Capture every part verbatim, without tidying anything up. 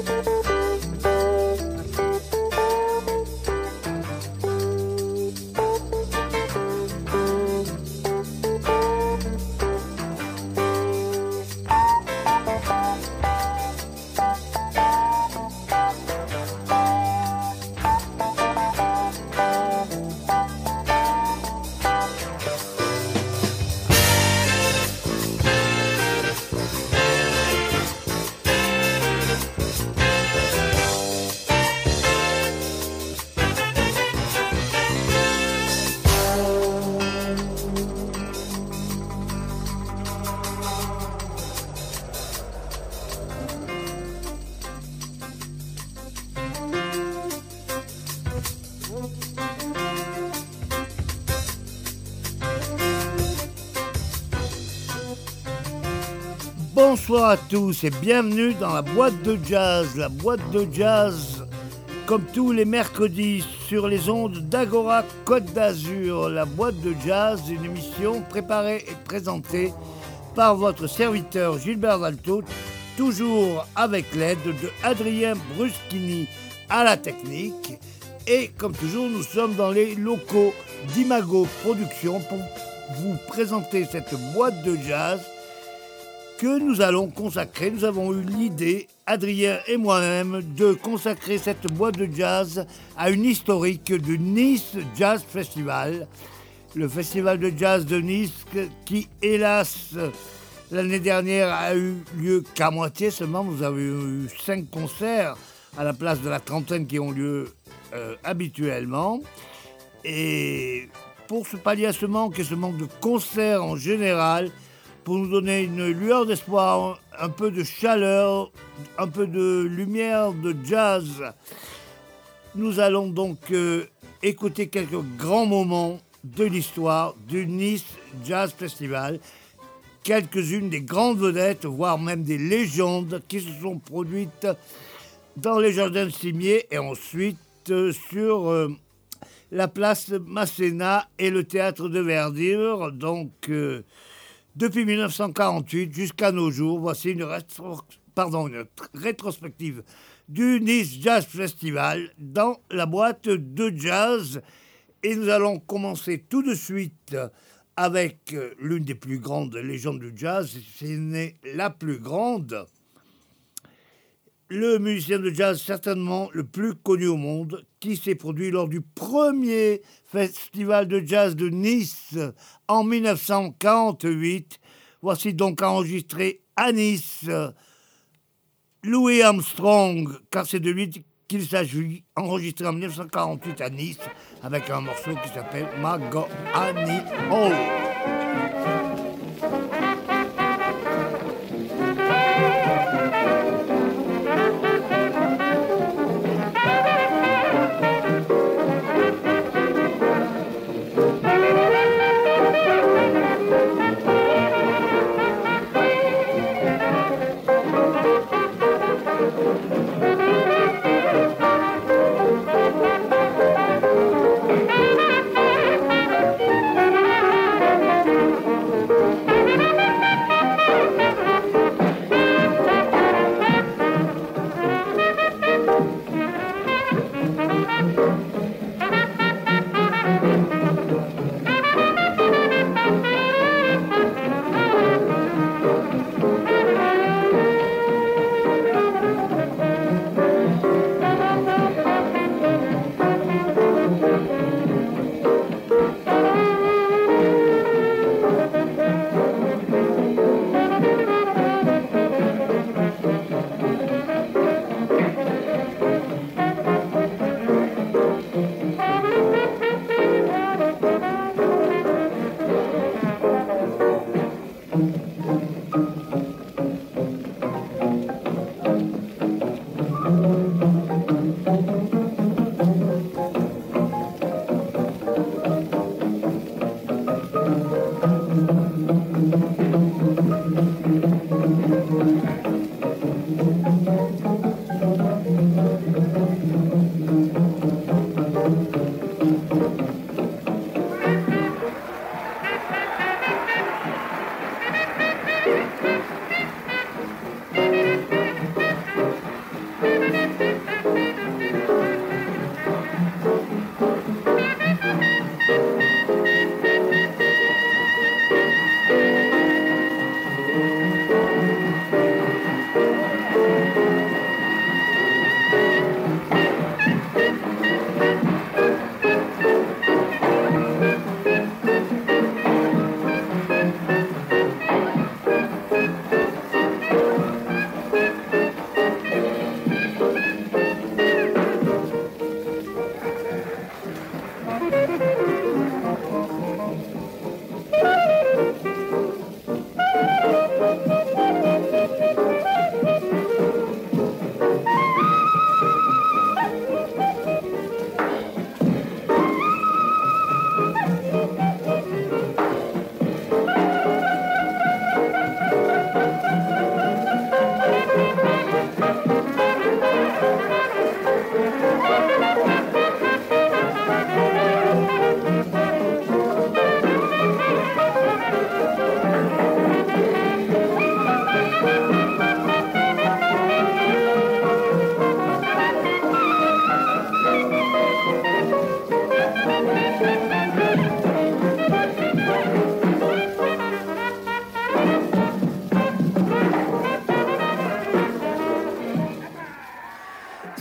Bonsoir à tous et bienvenue dans la boîte de jazz. La boîte de jazz, comme tous les mercredis, sur les ondes d'Agora Côte d'Azur. La boîte de jazz, une émission préparée et présentée par votre serviteur Gilbert Dalto, toujours avec l'aide de Adrien Bruschini à la technique. Et comme toujours, nous sommes dans les locaux d'Imago Productions pour vous présenter cette boîte de jazz que nous allons consacrer. Nous avons eu l'idée, Adrien et moi-même, de consacrer cette boîte de jazz à une historique du Nice Jazz Festival. Le festival de jazz de Nice qui, hélas, l'année dernière a eu lieu qu'à moitié seulement. Vous avez eu cinq concerts à la place de la trentaine qui ont lieu euh, habituellement. Et pour se pallier à ce manque et ce manque de concerts en général, pour nous donner une lueur d'espoir, un peu de chaleur, un peu de lumière de jazz, nous allons donc euh, écouter quelques grands moments de l'histoire du Nice Jazz Festival, quelques-unes des grandes vedettes, voire même des légendes qui se sont produites dans les jardins de Cimier et ensuite euh, sur euh, la place Masséna et le théâtre de Verdure. Donc, euh, depuis dix-neuf cent quarante-huit jusqu'à nos jours, voici une, rétro... Pardon, une rétrospective du Nice Jazz Festival dans la boîte de jazz. Et nous allons commencer tout de suite avec l'une des plus grandes légendes du jazz, c'est n'est la plus grande. Le musicien de jazz certainement le plus connu au monde, qui s'est produit lors du premier festival de jazz de Nice en dix-neuf cent quarante-huit. Voici donc enregistré à Nice Louis Armstrong, car c'est de lui qu'il s'agit, enregistré en dix-neuf cent quarante-huit à Nice, avec un morceau qui s'appelle Mahogany Hall.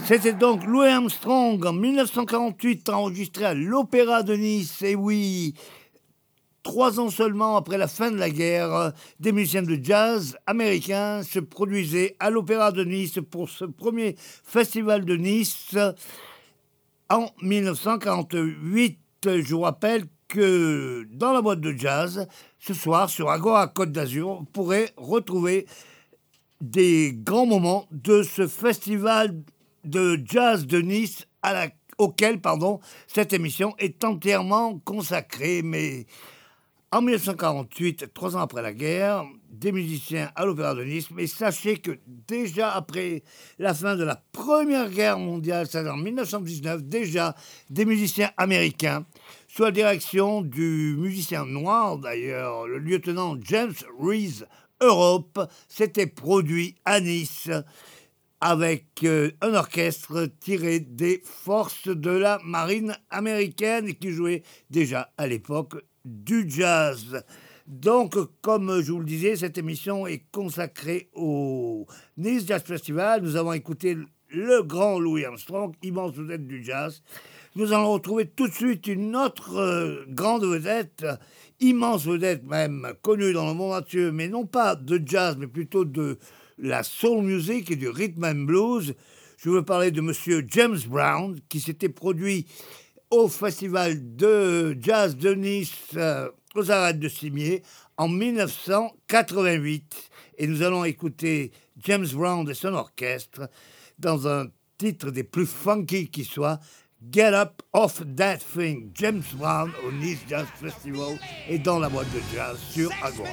C'était donc Louis Armstrong en mille neuf cent quarante-huit, enregistré à l'Opéra de Nice. Et oui, trois ans seulement après la fin de la guerre, des musiciens de jazz américains se produisaient à l'Opéra de Nice pour ce premier festival de Nice en mille neuf cent quarante-huit. Je vous rappelle que dans la boîte de jazz, ce soir, sur Agora Côte d'Azur, vous pourrez retrouver des grands moments de ce festival de jazz de Nice à la, auquel pardon, cette émission est entièrement consacrée. Mais en mille neuf cent quarante-huit, trois ans après la guerre, des musiciens à l'Opéra de Nice. Mais sachez que déjà après la fin de la Première Guerre mondiale, c'est-à-dire en mille neuf cent dix-neuf, déjà des musiciens américains, sous la direction du musicien noir d'ailleurs, le lieutenant James Reese Europe, s'était produit à Nice avec euh, un orchestre tiré des forces de la marine américaine qui jouait déjà à l'époque du jazz. Donc, comme je vous le disais, cette émission est consacrée au Nice Jazz Festival. Nous avons écouté le grand Louis Armstrong, immense vedette du jazz. Nous allons retrouver tout de suite une autre euh, grande vedette, immense vedette même, connue dans le monde entier, mais non pas de jazz, mais plutôt de la soul music et du rhythm and blues. Je veux parler de monsieur James Brown, qui s'était produit au festival de jazz de Nice euh, aux Arêtes de Cimier en mille neuf cent quatre-vingt-huit. Et nous allons écouter James Brown et son orchestre dans un titre des plus funky qui soit, Get Up Off That Thing. James Brown au Nice Jazz Festival et dans la boîte de jazz sur Agora.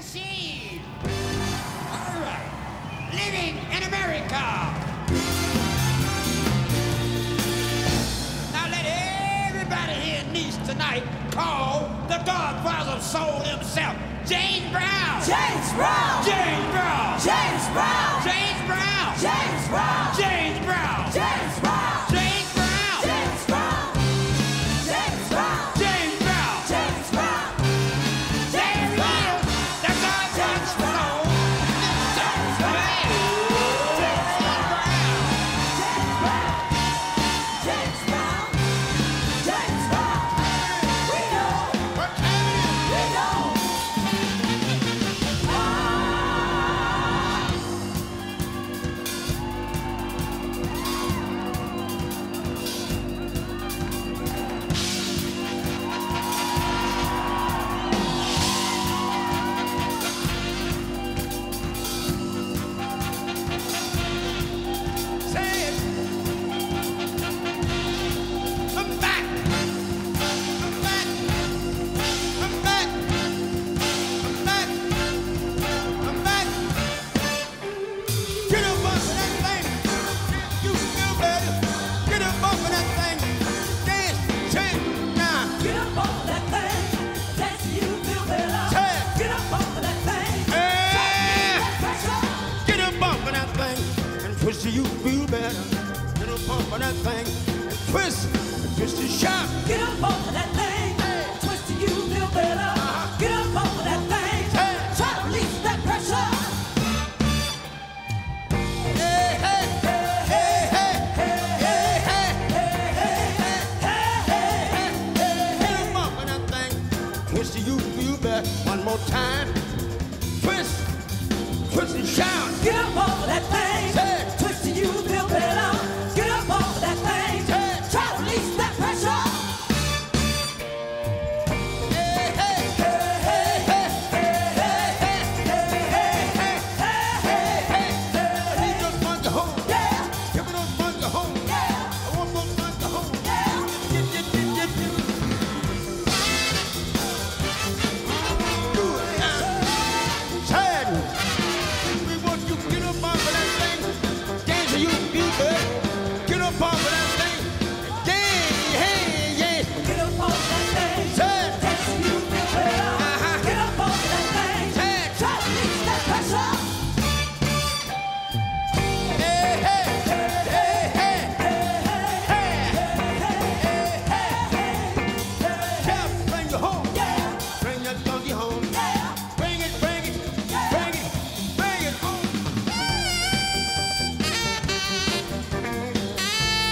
Living in America. Now let everybody here in Nice tonight call the Godfather of Soul himself, James Brown. James Brown. James Brown. James Brown. James Brown. James Brown. James Brown. James Brown. James Brown. James Brown. James Brown. James Brown. James Brown. There he is, the Godfather of Soul. James Brown. James Brown. James Brown. James Brown. We know. What time it is? We know. Say it. Come back. Come back. Come back. Come back. Come back. Get up off of that thing. You feel better. Get up off of that thing. Dance. Shake. Now. Get up off that thing. Dance till you feel better. Say it. Get up off of that thing. Hey. That pressure. Get up off of that thing and twist till you feel better. Get up off of that thing and twist. And twist and shout. Get up off of that thing. Twist till you feel better. Get up off of that thing. Try to release that pressure. Hey, hey, hey, hey, hey, hey, hey. Get up off of that thing. Twist till you feel better. One more time. Twist. Twist and shout. Get up off of that thing. Say. Twist till you feel better. Get up off of that thing. Say. Try to release that pressure. Hey, hey, hey, hey, hey, hey, hey, hey. Leave those funky home. Yeah, Give me those funky home. yeah, I want those funky home. yeah. Get, get, get, get, get. Do it now. Sad. We want you to get up off of that thing. Dance till you feel good. Get up off of that thing. Dance, hey, yeah. Get up off that thing. Sad. Dance till you feel better. Uh-huh. Get up off that thing. Sad. Try to release that pressure. Hey, hey, hey, hey, hey. Yeah, bring it home. Yeah, Bring that funky home. yeah. Bring it, bring it, bring it, bring it home.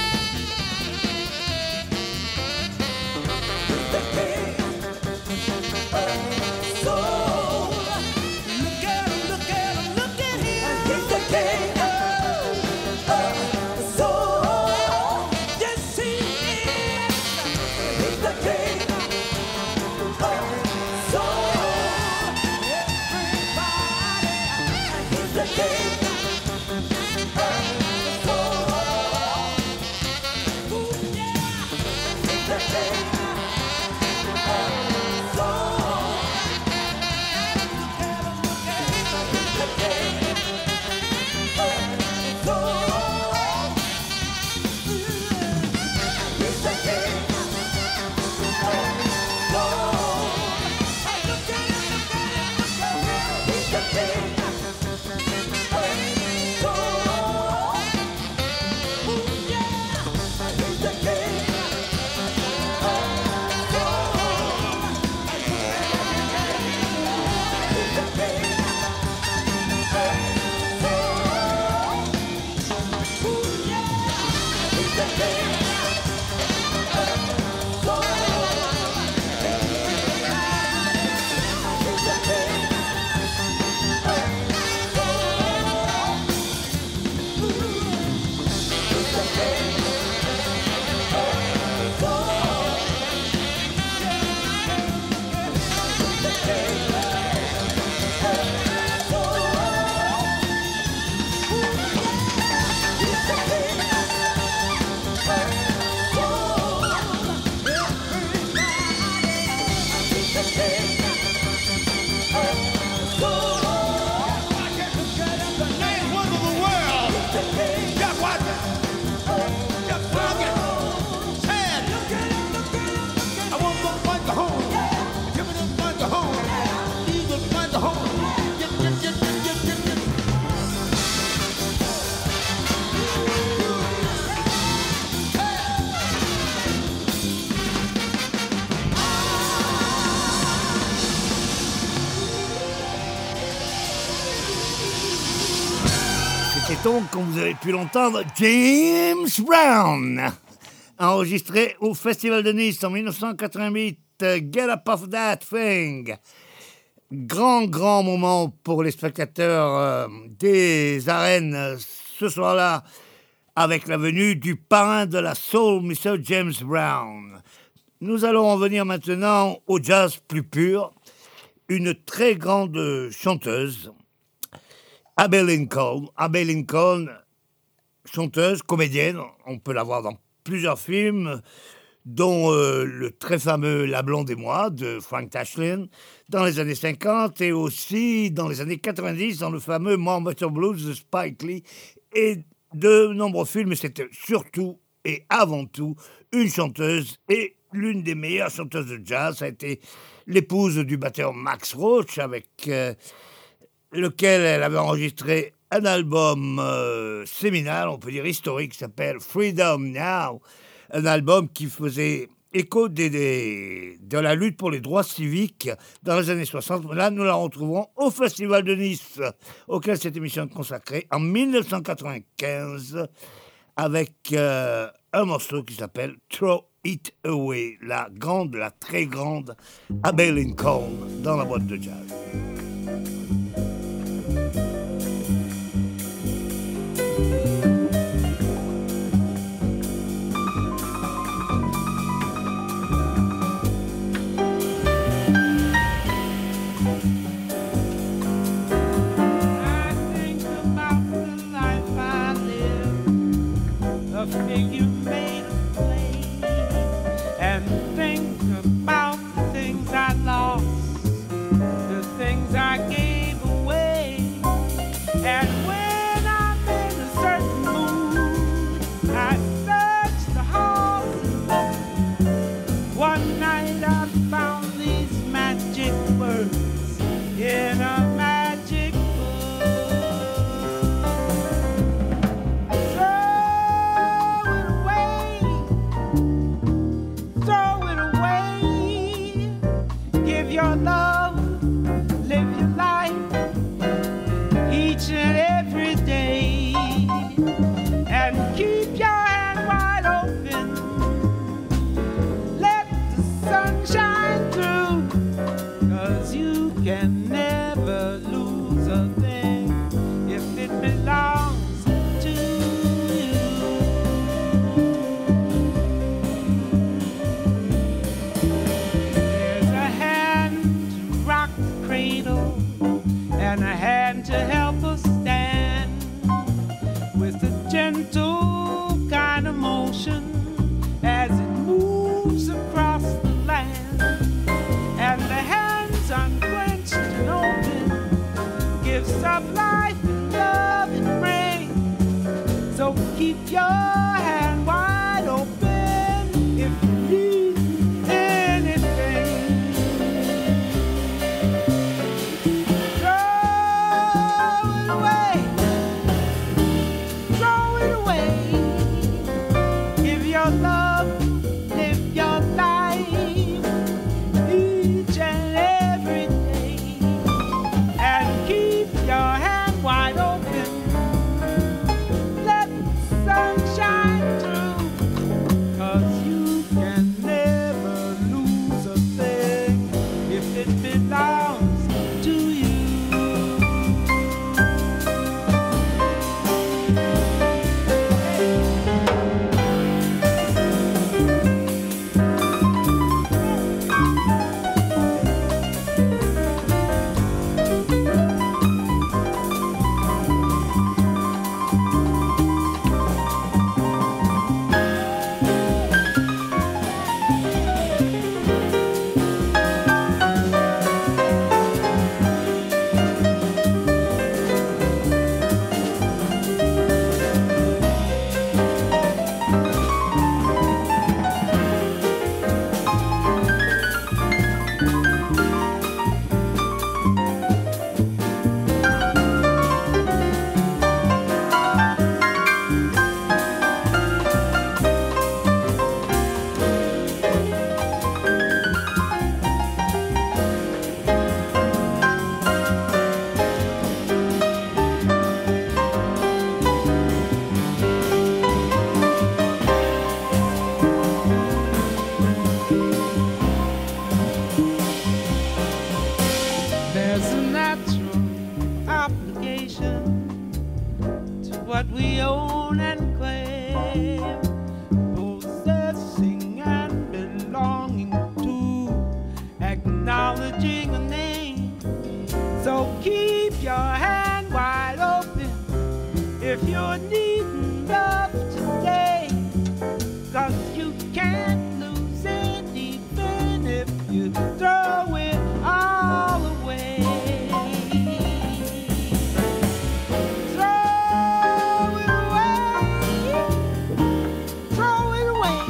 C'est donc, comme vous avez pu l'entendre, James Brown, enregistré au Festival de Nice en dix-neuf cent quatre-vingt-huit, Get Up Off That Thing. Grand, grand moment pour les spectateurs euh, des arènes euh, ce soir-là, avec la venue du parrain de la soul, monsieur James Brown. Nous allons en venir maintenant au jazz plus pur, une très grande chanteuse, Abbey Lincoln. Abbey Lincoln, chanteuse, comédienne, on peut la voir dans plusieurs films, dont euh, le très fameux La Blonde et moi de Frank Tashlin dans les années cinquante et aussi dans les années quatre-vingt-dix dans le fameux More Motor Blues de Spike Lee et de nombreux films. C'était surtout et avant tout une chanteuse et l'une des meilleures chanteuses de jazz. Ça a été l'épouse du batteur Max Roach avec euh, lequel elle avait enregistré un album euh, séminal, on peut dire historique, qui s'appelle Freedom Now, un album qui faisait écho des, des, de la lutte pour les droits civiques dans les années soixante. Là, nous la retrouvons au Festival de Nice, auquel cette émission est consacrée, en dix-neuf cent quatre-vingt-quinze, avec euh, un morceau qui s'appelle Throw It Away, la grande, la très grande Abbey Lincoln dans la boîte de jazz. And a hand to help us stand. fruits of life and love and rain. So keep your hand wide open if you need anything. Throw it away, throw it away. Give your love, live your life each and every day, and keep your hand wide open. Let the sun shine through, 'cause you can never lose a thing if it belongs to you. There's a natural obligation to what we own and claim, possessing and belonging to, acknowledging a name. So keep your hand wide open if you're needing love today, 'cause you can't lose anything if you throw it all away. Throw it away, throw it away.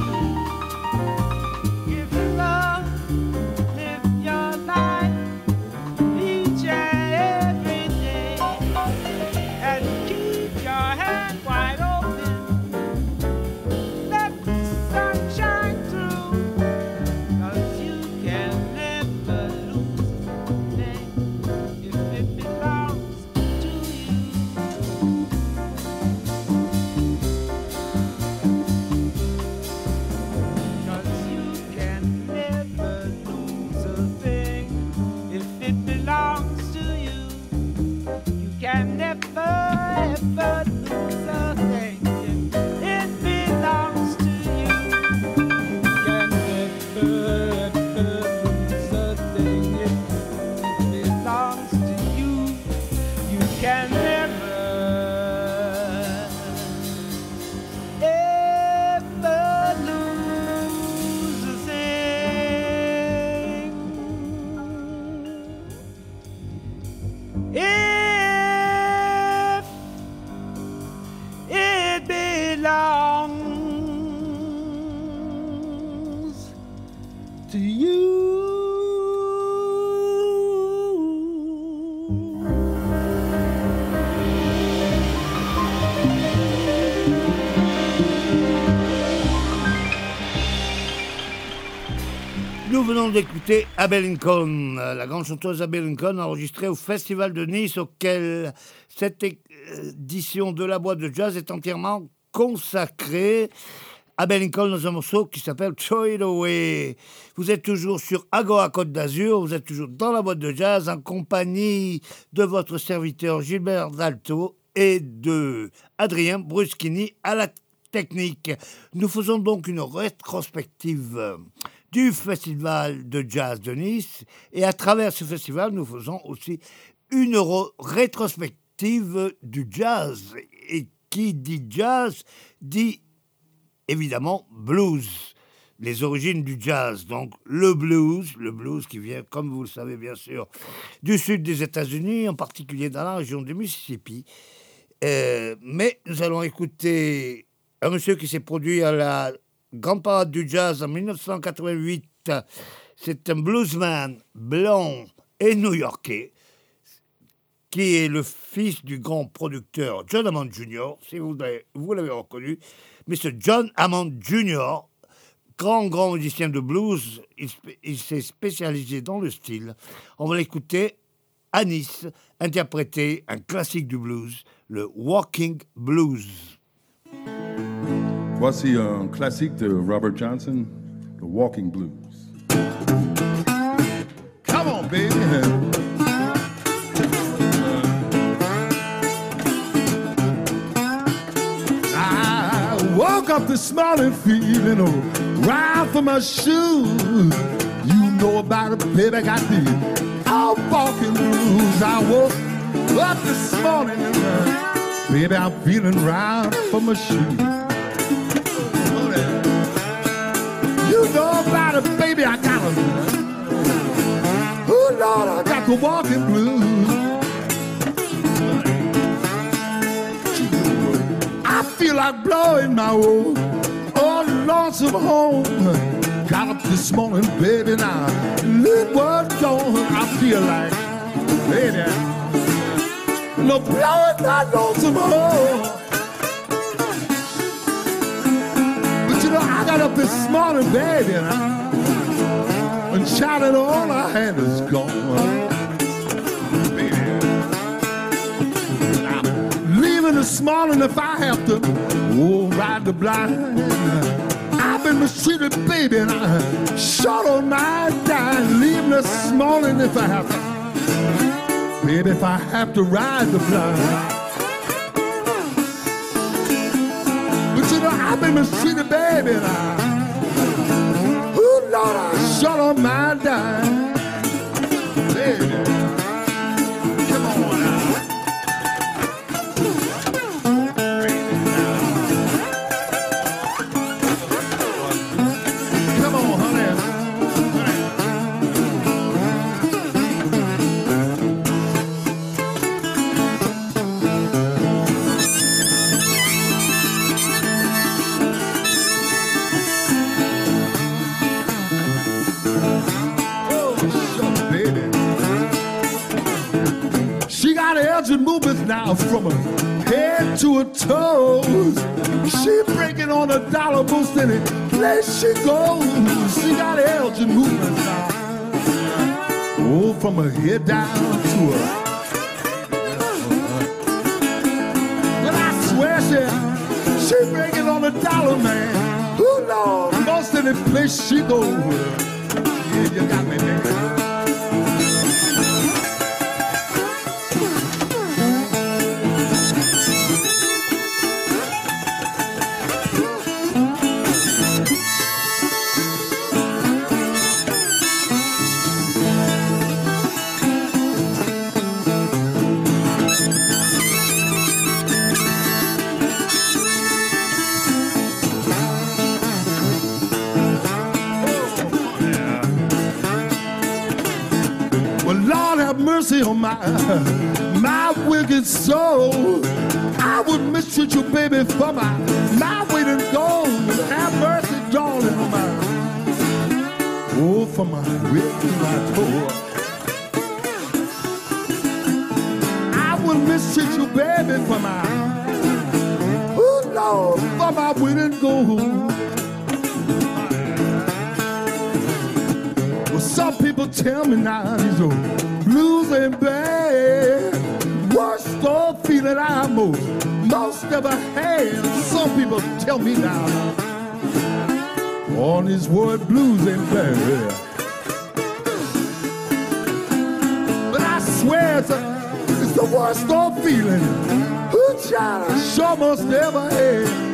Give your love, live your life each and every day, and keep your hand wide open. Let the sun shine through, 'cause you can never lose a thing if it belongs to you. 'Cause you can never lose a thing if it belongs to you. You can never ever lose a thing if it belongs to you. You can never ever lose a thing if it belongs to you. You can never ever lose a thing if it belongs to you. Nous venons d'écouter Abbey Lincoln, la grande chanteuse Abbey Lincoln, enregistrée au Festival de Nice, auquel cette édition de la boîte de jazz est entièrement consacrée. Abbey Lincoln dans un morceau qui s'appelle Throw It Away. Vous êtes toujours sur Agora Côte d'Azur, vous êtes toujours dans la boîte de jazz en compagnie de votre serviteur Gilbert Dalto et de Adrien Bruschini à la technique. Nous faisons donc une rétrospective du Festival de jazz de Nice, et à travers ce festival, nous faisons aussi une re- rétrospective du jazz. Et qui dit jazz dit évidemment blues. les origines du jazz, donc le blues, le blues qui vient, comme vous le savez bien sûr, du sud des États-Unis, en particulier dans la région du Mississippi. Euh, mais nous allons écouter un monsieur qui s'est produit à la Grande Parade du Jazz en dix-neuf cent quatre-vingt-huit. C'est un bluesman blanc et new-yorkais qui est le fils du grand producteur John Hammond junior, si vous l'avez, vous l'avez reconnu. Mais ce John Hammond junior, grand, grand musicien de blues, il, il s'est spécialisé dans le style. On va l'écouter à Nice, interpréter un classique du blues, le Walking Blues. Voici un classique de Robert Johnson, The Walking Blues. Come on, baby. I woke up this morning feeling right for my shoes. You know about it, baby, got the all walking blues. I woke up this morning and uh, baby, I'm feeling right for my shoes. You know about it, baby, I got it. Oh, Lord, I got the walking blues. I feel like blowing my old, oh, lonesome home. Got up this morning, baby, now look what's going. I feel like, baby, no blowing my lonesome home. You know, I got up this morning, baby, and, I, and shouted all I had is gone. Baby, I'm leaving this morning if I have to, oh, ride the blind. I've been mistreated, baby, and I shot on my dime. Leaving this morning if I have to, baby, if I have to ride the blind. I've been mistreated, baby, and I, oh, Lord, I shut on my dime. Baby, come on now. Come on, honey. And movements now from her head to her toes. She breaking on a dollar most any place she goes. She got Elgin movements now. Oh, from her head down to her. But I swear she, she breaking on a dollar, man. Oh, Lord, most any place she goes. Yeah, you got me there. Mercy on my, my wicked soul. I would mistreat you, baby, for my, my weight in gold. Have mercy, darling, on my, oh, for my wicked, my toe. I would mistreat you, baby, for my, oh, Lord, for my weight in gold. Well, some people tell me now, these old blues ain't bad. Worst old feeling I most, most ever had. Some people tell me now, all this word blues ain't bad. But I swear it's, a, it's the worst old feeling who child I sure most ever had.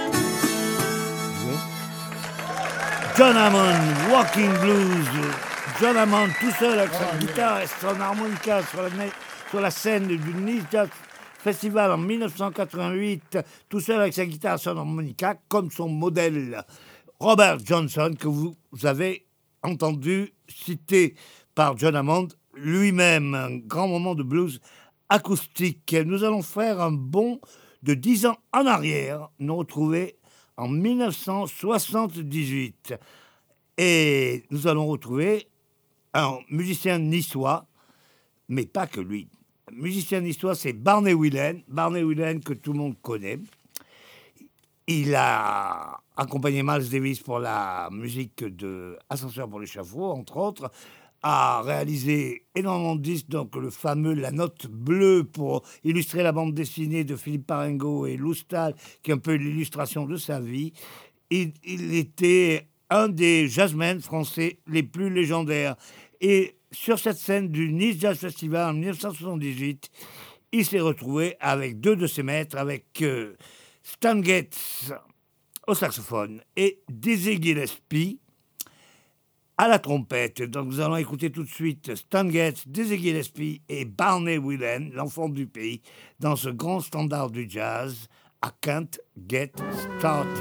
John Hammond, Walking Blues, John Hammond tout seul avec sa guitare et son harmonica sur la, sur la scène du Nice Jazz Festival en dix-neuf cent quatre-vingt-huit, tout seul avec sa guitare et son harmonica, comme son modèle Robert Johnson, que vous avez entendu citer par John Hammond lui-même. Un grand moment de blues acoustique. Nous allons faire un bond de dix ans en arrière, nous retrouver en dix-neuf cent soixante-dix-huit. Et nous allons retrouver un musicien niçois, mais pas que lui. Un musicien niçois, c'est Barney Whelan. Barney Whelan, que tout le monde connaît. Il a accompagné Miles Davis pour la musique de Ascenseur pour l'échafaud, entre autres. A réalisé énormément de disques, donc le fameux La Note Bleue pour illustrer la bande dessinée de Philippe Parengo et Lou Stahl, qui est un peu l'illustration de sa vie. Il, il était un des jazzmen français les plus légendaires. Et sur cette scène du Nice Jazz Festival en dix-neuf cent soixante-dix-huit, il s'est retrouvé avec deux de ses maîtres, avec euh, Stan Getz au saxophone et Dizzy Gillespie à la trompette. Donc nous allons écouter tout de suite Stan Getz, Dizzy Gillespie et Barney Whelan, l'enfant du pays, dans ce grand standard du jazz, I Can't Get Started.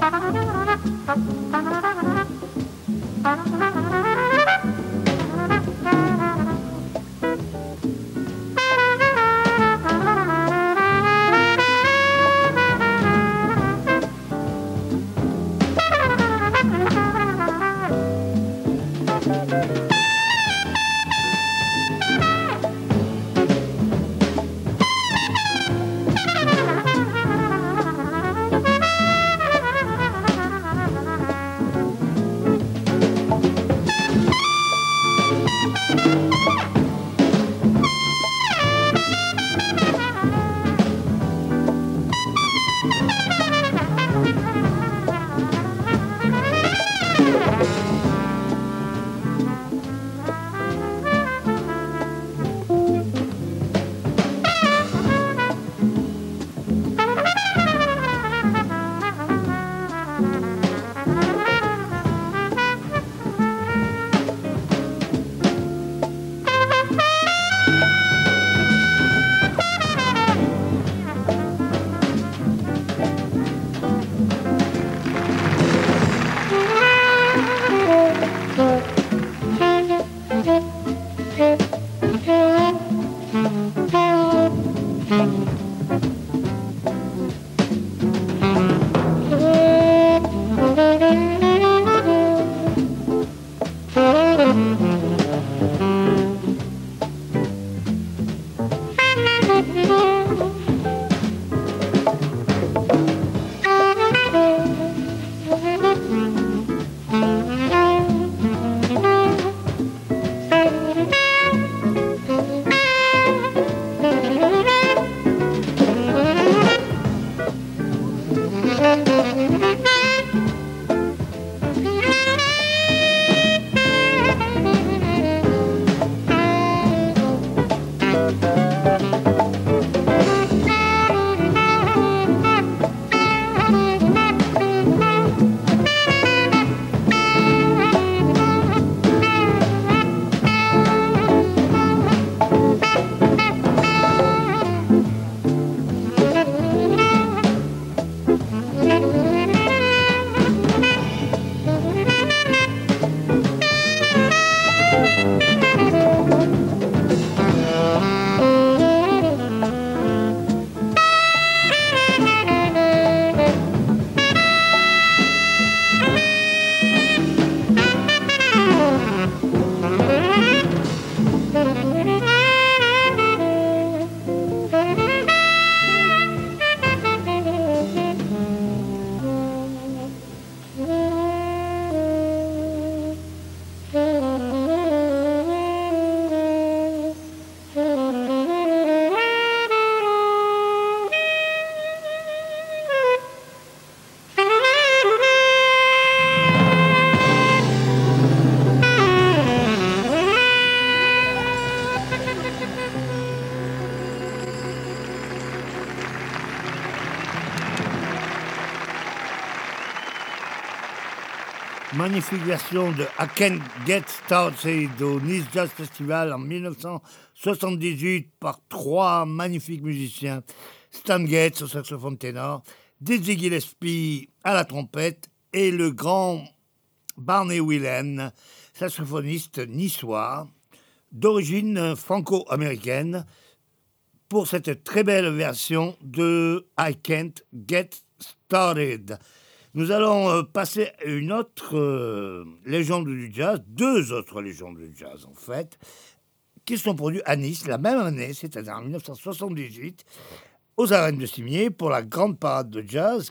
Magnifique version de I Can't Get Started au Nice Jazz Festival en mille neuf cent soixante-dix-huit par trois magnifiques musiciens. Stan Getz au saxophone ténor, Dizzy Gillespie à la trompette et le grand Barney Whelan, saxophoniste niçois d'origine franco-américaine, pour cette très belle version de I Can't Get Started. Nous allons euh, passer à une autre euh, légende du jazz, deux autres légendes du jazz en fait, qui sont produites à Nice la même année, c'est-à-dire en mille neuf cent soixante-dix-huit, aux arènes de Cimier pour la grande parade de jazz.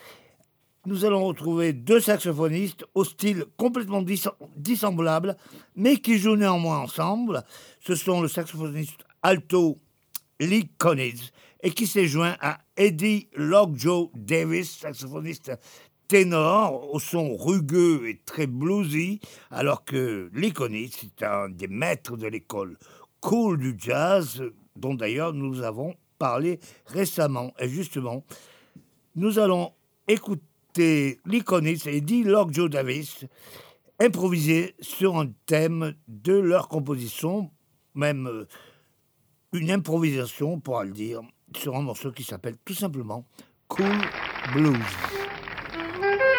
Nous allons retrouver deux saxophonistes au style complètement dis- dissemblable, mais qui jouent néanmoins ensemble. Ce sont le saxophoniste alto Lee Konitz et qui s'est joint à Eddie Lockjaw Davis, saxophoniste ténor au son rugueux et très bluesy, alors que Lee Konitz est un des maîtres de l'école cool du jazz, dont d'ailleurs nous avons parlé récemment. Et justement, nous allons écouter Lee Konitz et Eddie Lockjaw Davis improviser sur un thème de leur composition, même euh, une improvisation, on pourra le dire, sur un morceau qui s'appelle tout simplement Cool Blues.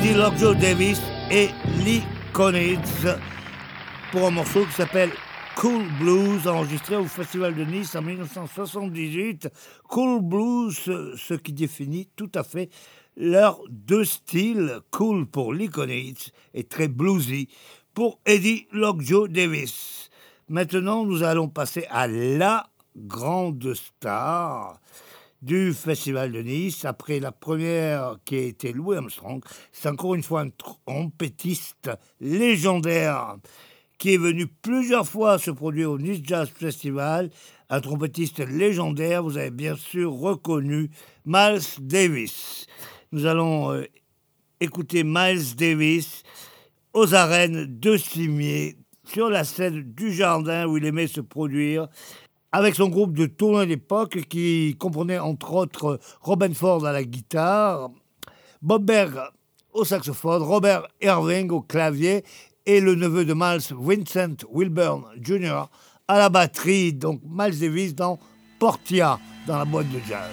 Eddie Lockjaw Davis et Lee Konitz pour un morceau qui s'appelle Cool Blues, enregistré au Festival de Nice en dix-neuf cent soixante-dix-huit. Cool Blues, ce qui définit tout à fait leurs deux styles, cool pour Lee Konitz et très bluesy pour Eddie Lockjaw Davis. Maintenant, nous allons passer à la grande star du Festival de Nice. Après la première qui a été Louis Armstrong, c'est encore une fois un trompettiste légendaire qui est venu plusieurs fois se produire au Nice Jazz Festival. Un trompettiste légendaire, vous avez bien sûr reconnu Miles Davis. Nous allons euh, écouter Miles Davis aux arènes de Cimiez, sur la scène du Jardin où il aimait se produire, avec son groupe de tournée d'époque qui comprenait entre autres Robin Ford à la guitare, Bob Berg au saxophone, Robert Irving au clavier et le neveu de Miles, Vincent Wilburn junior à la batterie. Donc Miles Davis dans Portia, dans la boîte de jazz.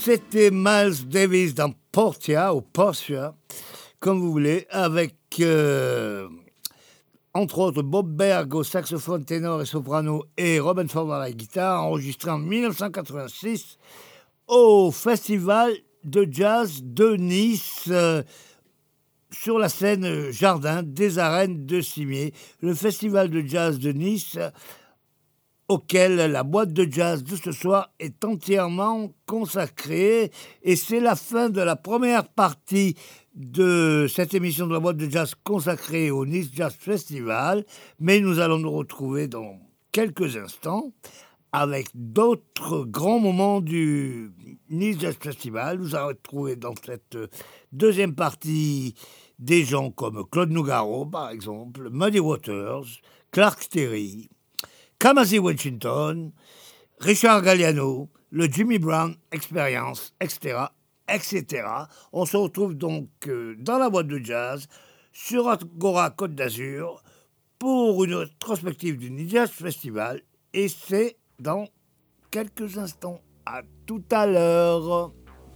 C'était Miles Davis dans Portia, ou Portia, comme vous voulez, avec, euh, entre autres, Bob Berg au saxophone ténor et soprano et Robin Ford à la guitare, enregistré en mille neuf cent quatre-vingt-six au Festival de Jazz de Nice, euh, sur la scène Jardin des Arènes de Cimier. Le Festival de Jazz de Nice, auquel la boîte de jazz de ce soir est entièrement consacrée. Et c'est la fin de la première partie de cette émission de la boîte de jazz consacrée au Nice Jazz Festival. Mais nous allons nous retrouver dans quelques instants avec d'autres grands moments du Nice Jazz Festival. Nous allons retrouver dans cette deuxième partie des gens comme Claude Nougaro, par exemple, Muddy Waters, Clark Terry, Kamasi Washington, Richard Galliano, le Jimmy Brown Experience, et cetera, et cetera. On se retrouve donc euh, dans la boîte de jazz sur Agora Côte d'Azur pour une rétrospective du Nice Jazz Festival, et c'est dans quelques instants. À tout à l'heure.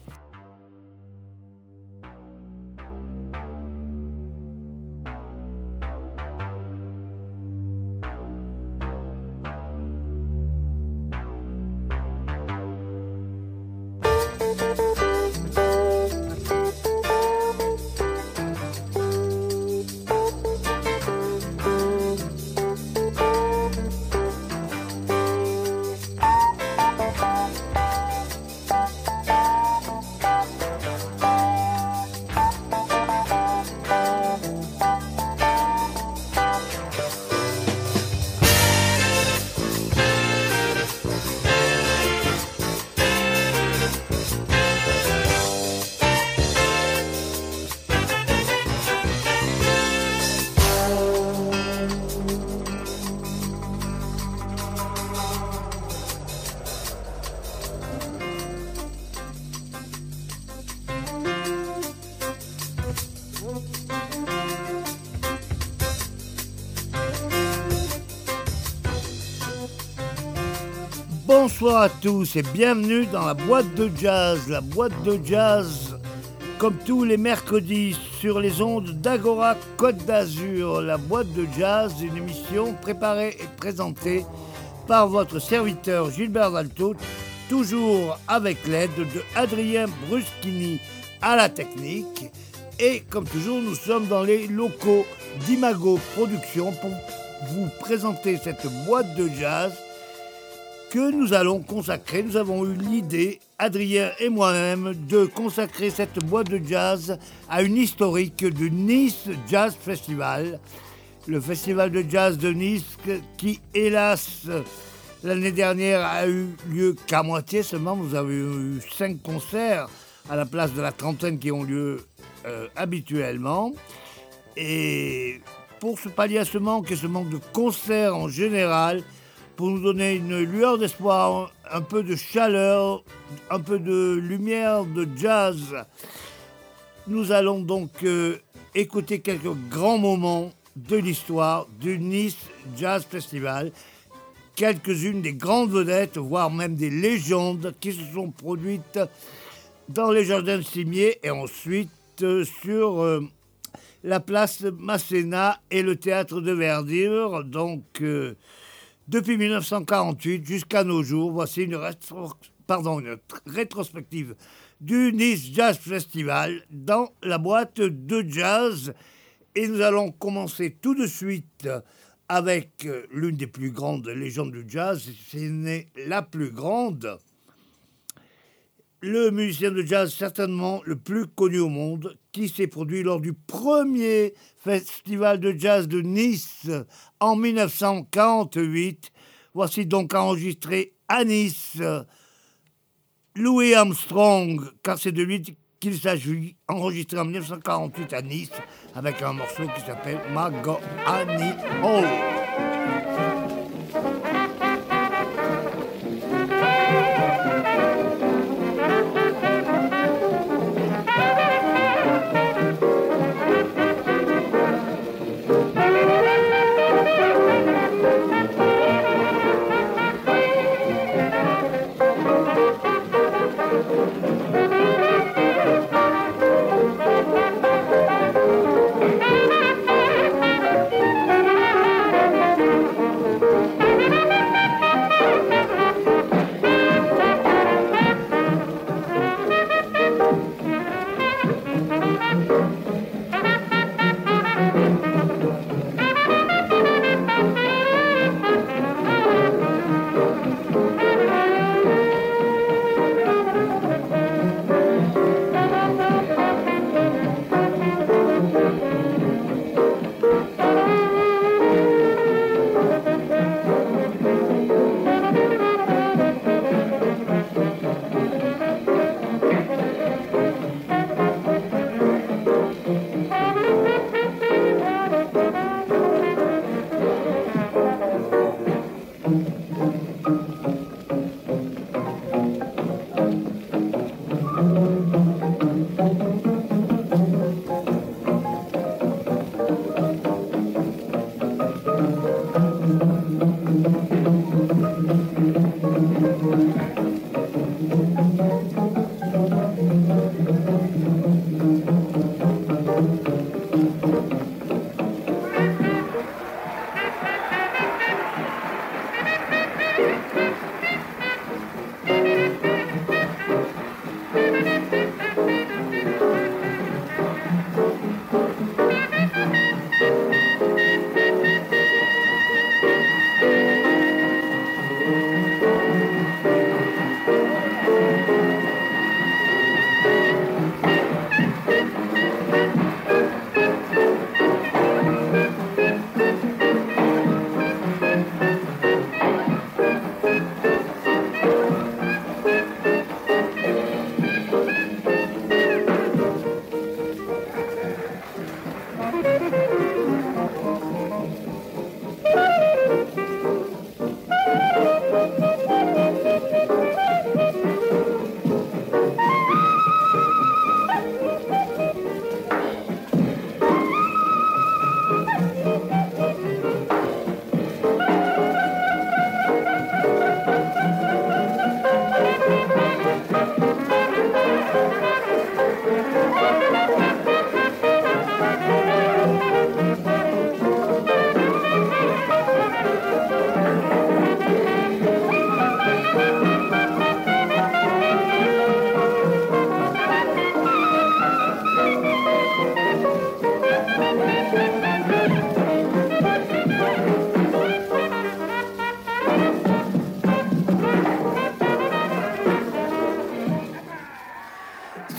Bonsoir à tous et bienvenue dans la boîte de jazz. La boîte de jazz, comme tous les mercredis, sur les ondes d'Agora Côte d'Azur. La boîte de jazz, une émission préparée et présentée par votre serviteur Gilbert Dalto, toujours avec l'aide de Adrien Bruschini à la technique. Et comme toujours, nous sommes dans les locaux d'Imago Productions pour vous présenter cette boîte de jazz que nous allons consacrer. Nous avons eu l'idée, Adrien et moi-même, de consacrer cette boîte de jazz à une historique du Nice Jazz Festival. Le festival de jazz de Nice qui, hélas, l'année dernière a eu lieu qu'à moitié seulement. Nous avons eu cinq concerts à la place de la trentaine qui ont lieu euh, habituellement. Et pour se pallier à ce manque et ce manque de concerts en général, pour nous donner une lueur d'espoir, un peu de chaleur, un peu de lumière de jazz, nous allons donc euh, écouter quelques grands moments de l'histoire du Nice Jazz Festival, quelques-unes des grandes vedettes, voire même des légendes qui se sont produites dans les jardins de Cimier et ensuite euh, sur euh, la place Masséna et le théâtre de Verdure. Donc, euh, depuis mille neuf cent quarante-huit jusqu'à nos jours, voici une, rétro- pardon, une rétrospective du Nice Jazz Festival dans la boîte de jazz. Et nous allons commencer tout de suite avec l'une des plus grandes légendes du jazz, c'est n'est la plus grande. Le musicien de jazz certainement le plus connu au monde, qui s'est produit lors du premier festival de jazz de Nice en mille neuf cent quarante-huit. Voici donc enregistré à Nice Louis Armstrong, car c'est de lui qu'il s'agit, enregistré en mille neuf cent quarante-huit à Nice, avec un morceau qui s'appelle Mahogany Hall.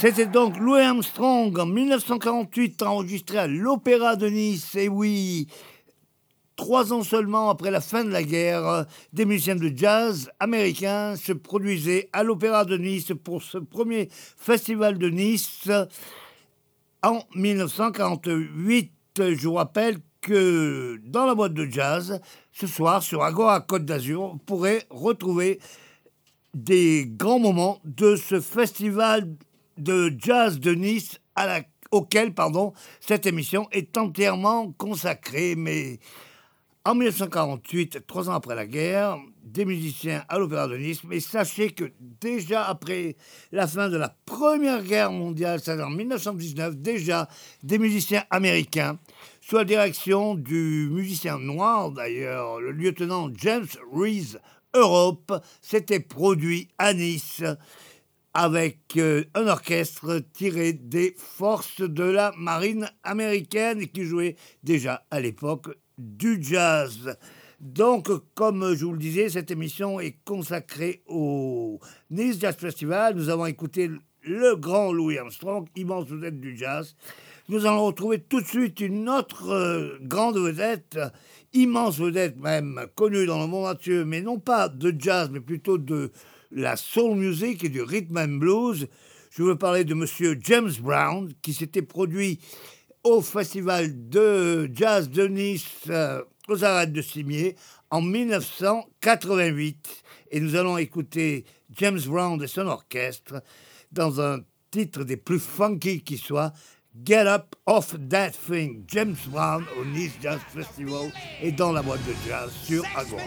C'était donc Louis Armstrong en mille neuf cent quarante-huit, enregistré à l'Opéra de Nice. Et oui, trois ans seulement après la fin de la guerre, des musiciens de jazz américains se produisaient à l'Opéra de Nice pour ce premier festival de Nice en mille neuf cent quarante-huit. Je vous rappelle que dans la boîte de jazz, ce soir sur Agora Côte d'Azur, vous pourrez retrouver des grands moments de ce festival de jazz de Nice à la, auquel pardon, cette émission est entièrement consacrée. Mais en mille neuf cent quarante-huit, trois ans après la guerre, des musiciens à l'Opéra de Nice. Mais sachez que déjà après la fin de la Première Guerre mondiale, c'est-à-dire en mille neuf cent dix-neuf, déjà des musiciens américains, sous la direction du musicien noir d'ailleurs, le lieutenant James Reese Europe, s'était produit à Nice avec euh, un orchestre tiré des forces de la marine américaine et qui jouait déjà à l'époque du jazz. Donc, comme je vous le disais, cette émission est consacrée au Nice Jazz Festival. Nous avons écouté le grand Louis Armstrong, immense vedette du jazz. Nous allons retrouver tout de suite une autre euh, grande vedette, immense vedette même, connue dans le monde entier, mais non pas de jazz, mais plutôt de la soul music et du rhythm and blues. Je veux parler de monsieur James Brown, qui s'était produit au festival de jazz de Nice, euh, aux Arêtes de Cimier, en mille neuf cent quatre-vingt-huit. Et nous allons écouter James Brown et son orchestre dans un titre des plus funky qui soit, Get Up Off That Thing. James Brown au Nice Jazz Festival et dans la boîte de jazz sur Agora.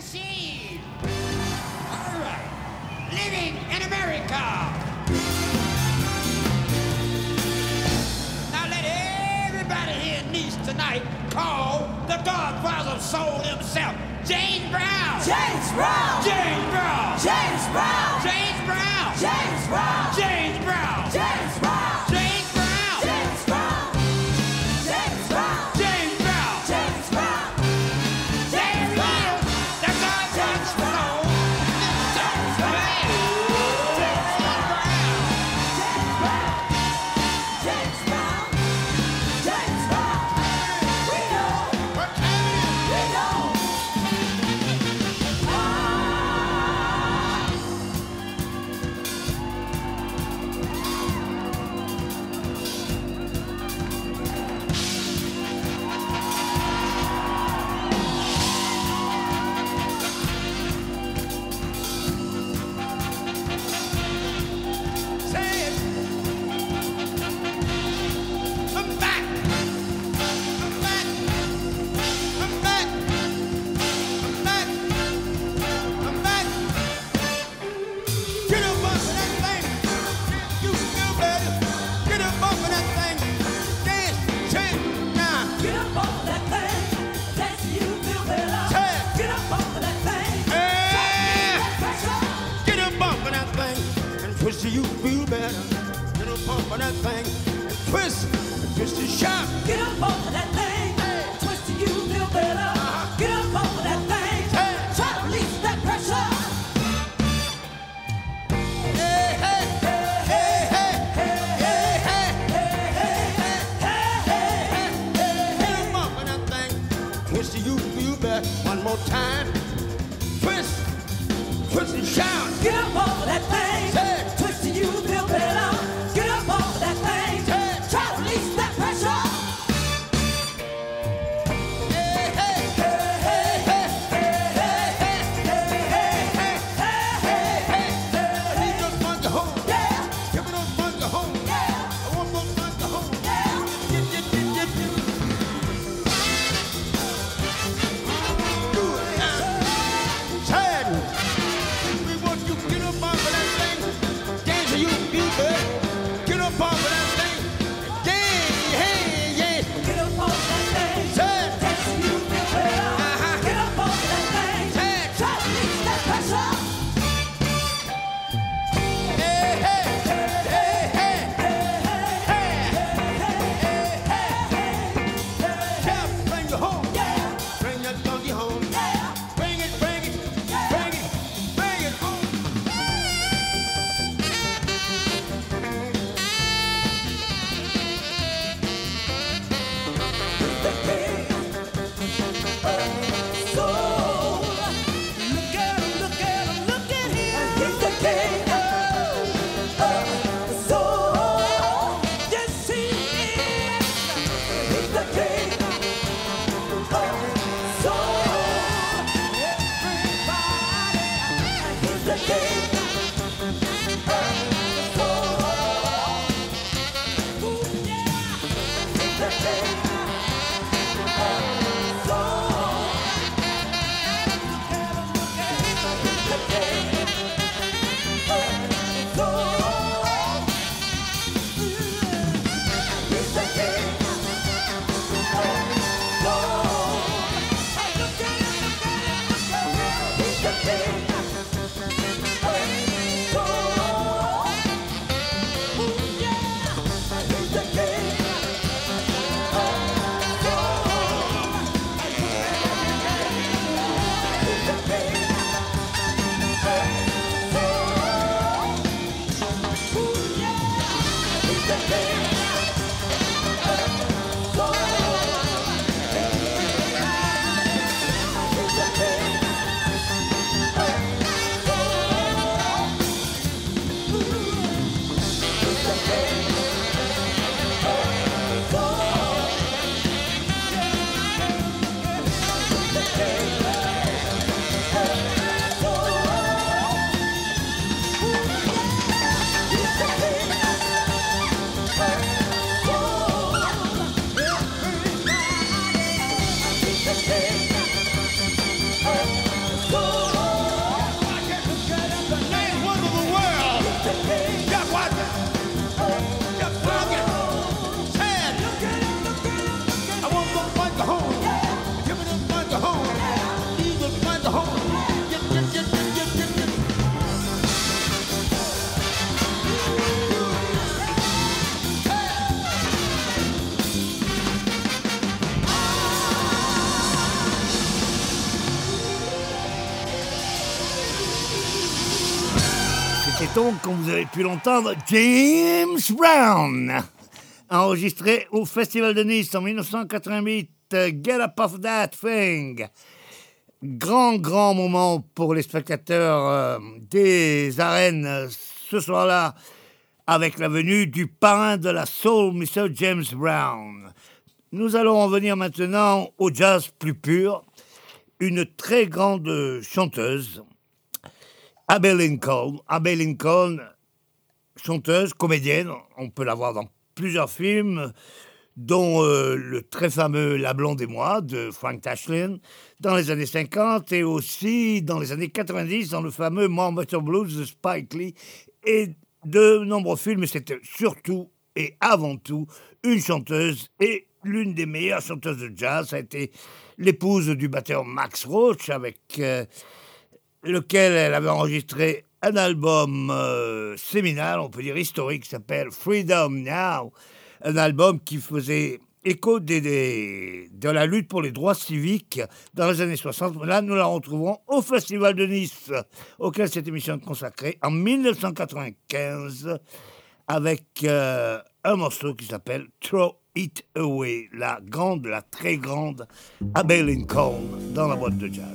All right. Living in America. Now let everybody here in Nice tonight call the Godfather of Soul himself, James Brown. James Brown! James Brown. James Brown! James Brown. James Brown! James Brown. James Brown! James Brown. James Brown! James Brown! James Brown. James Brown! James Brown. The Godfather of Soul. James Brown. James Brown! James Brown! We know! We know! Say it. I'm back. I'm back. I'm back. I'm back. I'm back. Get up off of that thing. You feel better. Get up off of that thing. Dance, change, now. Get up off that thing. Dance till you feel better. Say it. Get up off that thing. Yeah. Pressure. Get up off of that thing and twist till you feel better. Get up off of that thing and twist, and twist and shout. Get up off that thing. Twist till you feel better. Get up off that thing. Try to release that pressure. Hey, hey, hey, hey, hey, hey, hey, hey, get up off of that thing. Twist till you feel better. One more time. Twist, twist and shout. Get up off that thing. Say it. Twist till you feel better. Get up off that thing. Try to release that pressure. Hey, hey, hey, hey, hey, hey, hey, hey, hey, hey, hey. Leave those funky hoes. Yeah, Give me those funky hoes. yeah, I want those funky hoes. yeah. Get, get, get, get, get. Do it now. donc, comme vous avez pu l'entendre, James Brown, enregistré au Festival de Nice en dix-neuf cent quatre-vingt-huit, Get Up Off That Thing. Grand, grand moment pour les spectateurs euh, des arènes euh, ce soir-là, avec la venue du parrain de la soul, monsieur James Brown. Nous allons en venir maintenant au jazz plus pur. Une très grande chanteuse, Abbey Lincoln. Abbey Lincoln, chanteuse, comédienne, on peut la voir dans plusieurs films, dont euh, le très fameux La Blonde et moi de Frank Tashlin dans les années cinquante et aussi dans les années quatre-vingt-dix dans le fameux More Motor Blues de Spike Lee et de nombreux films. Mais c'était surtout et avant tout une chanteuse et l'une des meilleures chanteuses de jazz. Ça a été l'épouse du batteur Max Roach avec euh, lequel elle avait enregistré un album euh, séminal, on peut dire historique, qui s'appelle Freedom Now. Un album qui faisait écho des, des, de la lutte pour les droits civiques dans les années soixante. Là, nous la retrouvons au Festival de Nice, auquel cette émission est consacrée, en dix-neuf cent quatre-vingt-quinze, avec euh, un morceau qui s'appelle Throw It Away, la grande, la très grande Abbey Lincoln dans la boîte de jazz.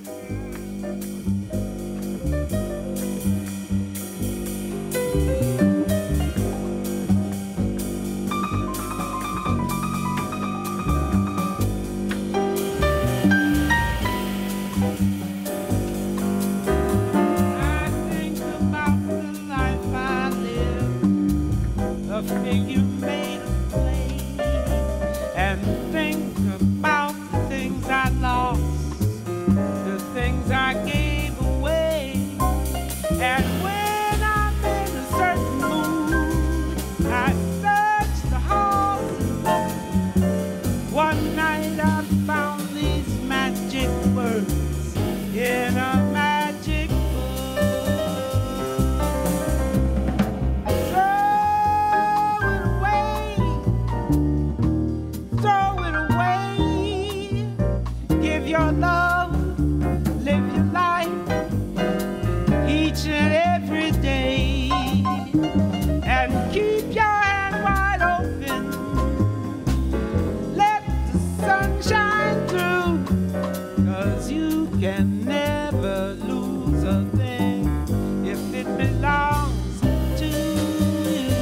You made a play and think about the things I lost, the things I gave away. And when I'm in a certain mood, I search the halls and books. One night I found these magic words in a magic book. Your love, live your life each and every day, and keep your hand wide open. Let the sun shine through, 'cause you can never lose a thing if it belongs to you.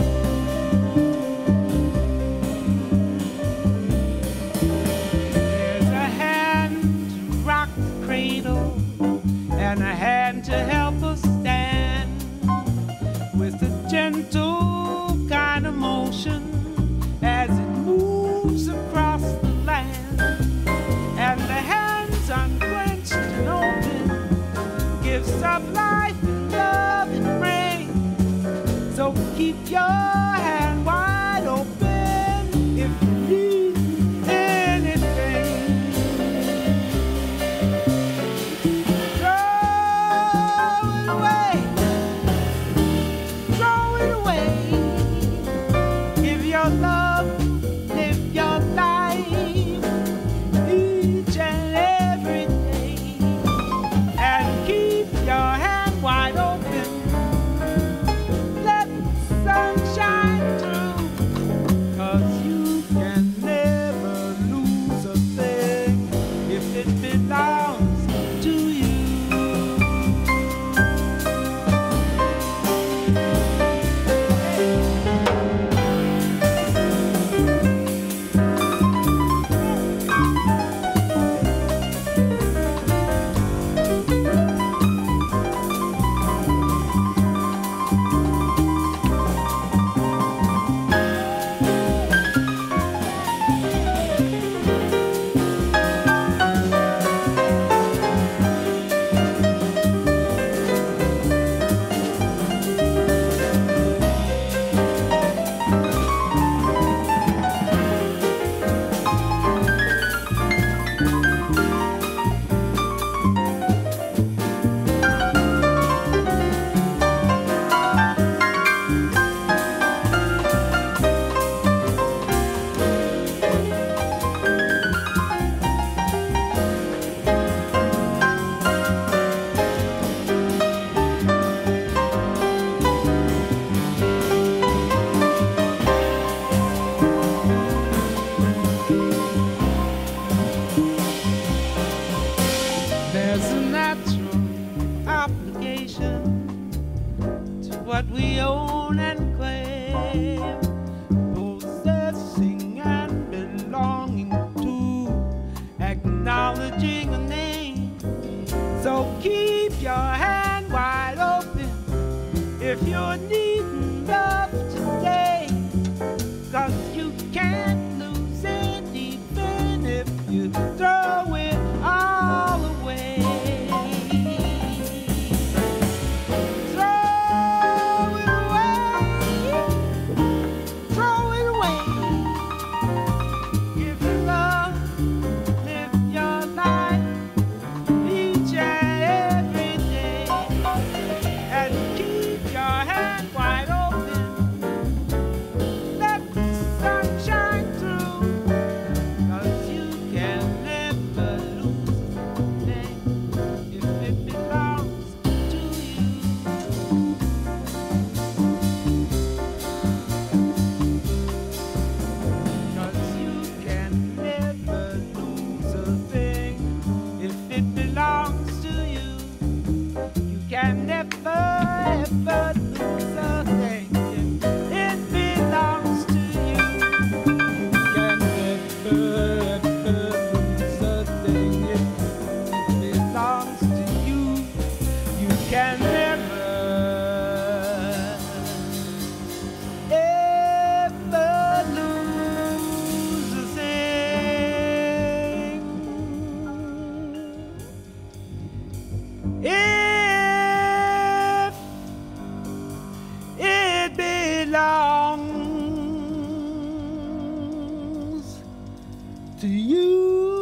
There's a hand to rock the cradle and a hand to help us stand with a gentle kind of motion as it moves across the land. And the hands unquenched and open gives of life and love and rain. So keep your hand wide open if you need anything. Throw it away, throw it away. Give your love, live your life each and every day, and keep your hand wide open. Let the sun shine. lose a thing. If it belongs to you, you can never, ever lose a thing. If it belongs to you.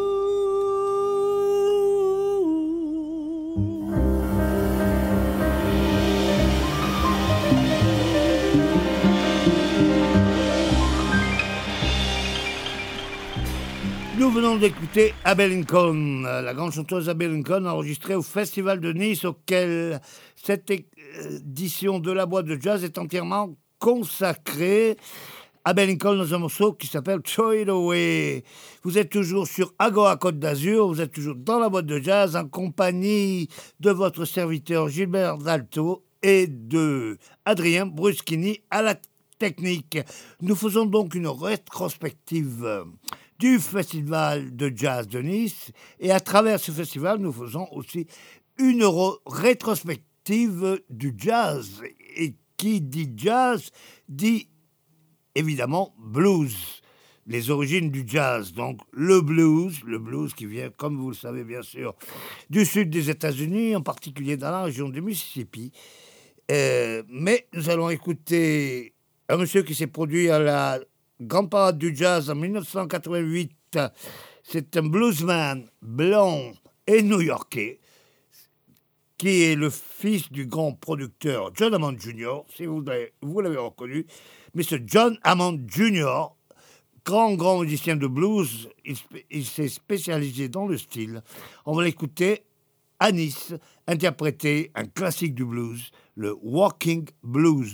Nous venons d'écouter Abbey Lincoln, la grande chanteuse Abbey Lincoln, enregistrée au Festival de Nice, auquel cette édition de la boîte de jazz est entièrement consacrée. Abbey Lincoln dans un morceau qui s'appelle Throw It Away. Vous êtes toujours sur Agora Côte d'Azur, vous êtes toujours dans la boîte de jazz en compagnie de votre serviteur Gilbert Dalto et de Adrien Bruschini à la technique. Nous faisons donc une rétrospective du Festival de Jazz de Nice et à travers ce festival, nous faisons aussi une ro- rétrospective du jazz. Et qui dit jazz dit évidemment blues, les origines du jazz. Donc le blues, le blues qui vient, comme vous le savez bien sûr, du sud des États-Unis, en particulier dans la région du Mississippi. Euh, mais nous allons écouter un monsieur qui s'est produit à la Grande Parade du Jazz en dix-neuf cent quatre-vingt-huit. C'est un bluesman blanc et new-yorkais qui est le fils du grand producteur John Hammond junior, si vous l'avez, vous l'avez reconnu. Mais ce John Hammond junior, grand, grand musicien de blues, il, il s'est spécialisé dans le style. On va l'écouter à Nice, interpréter un classique du blues, le Walking Blues.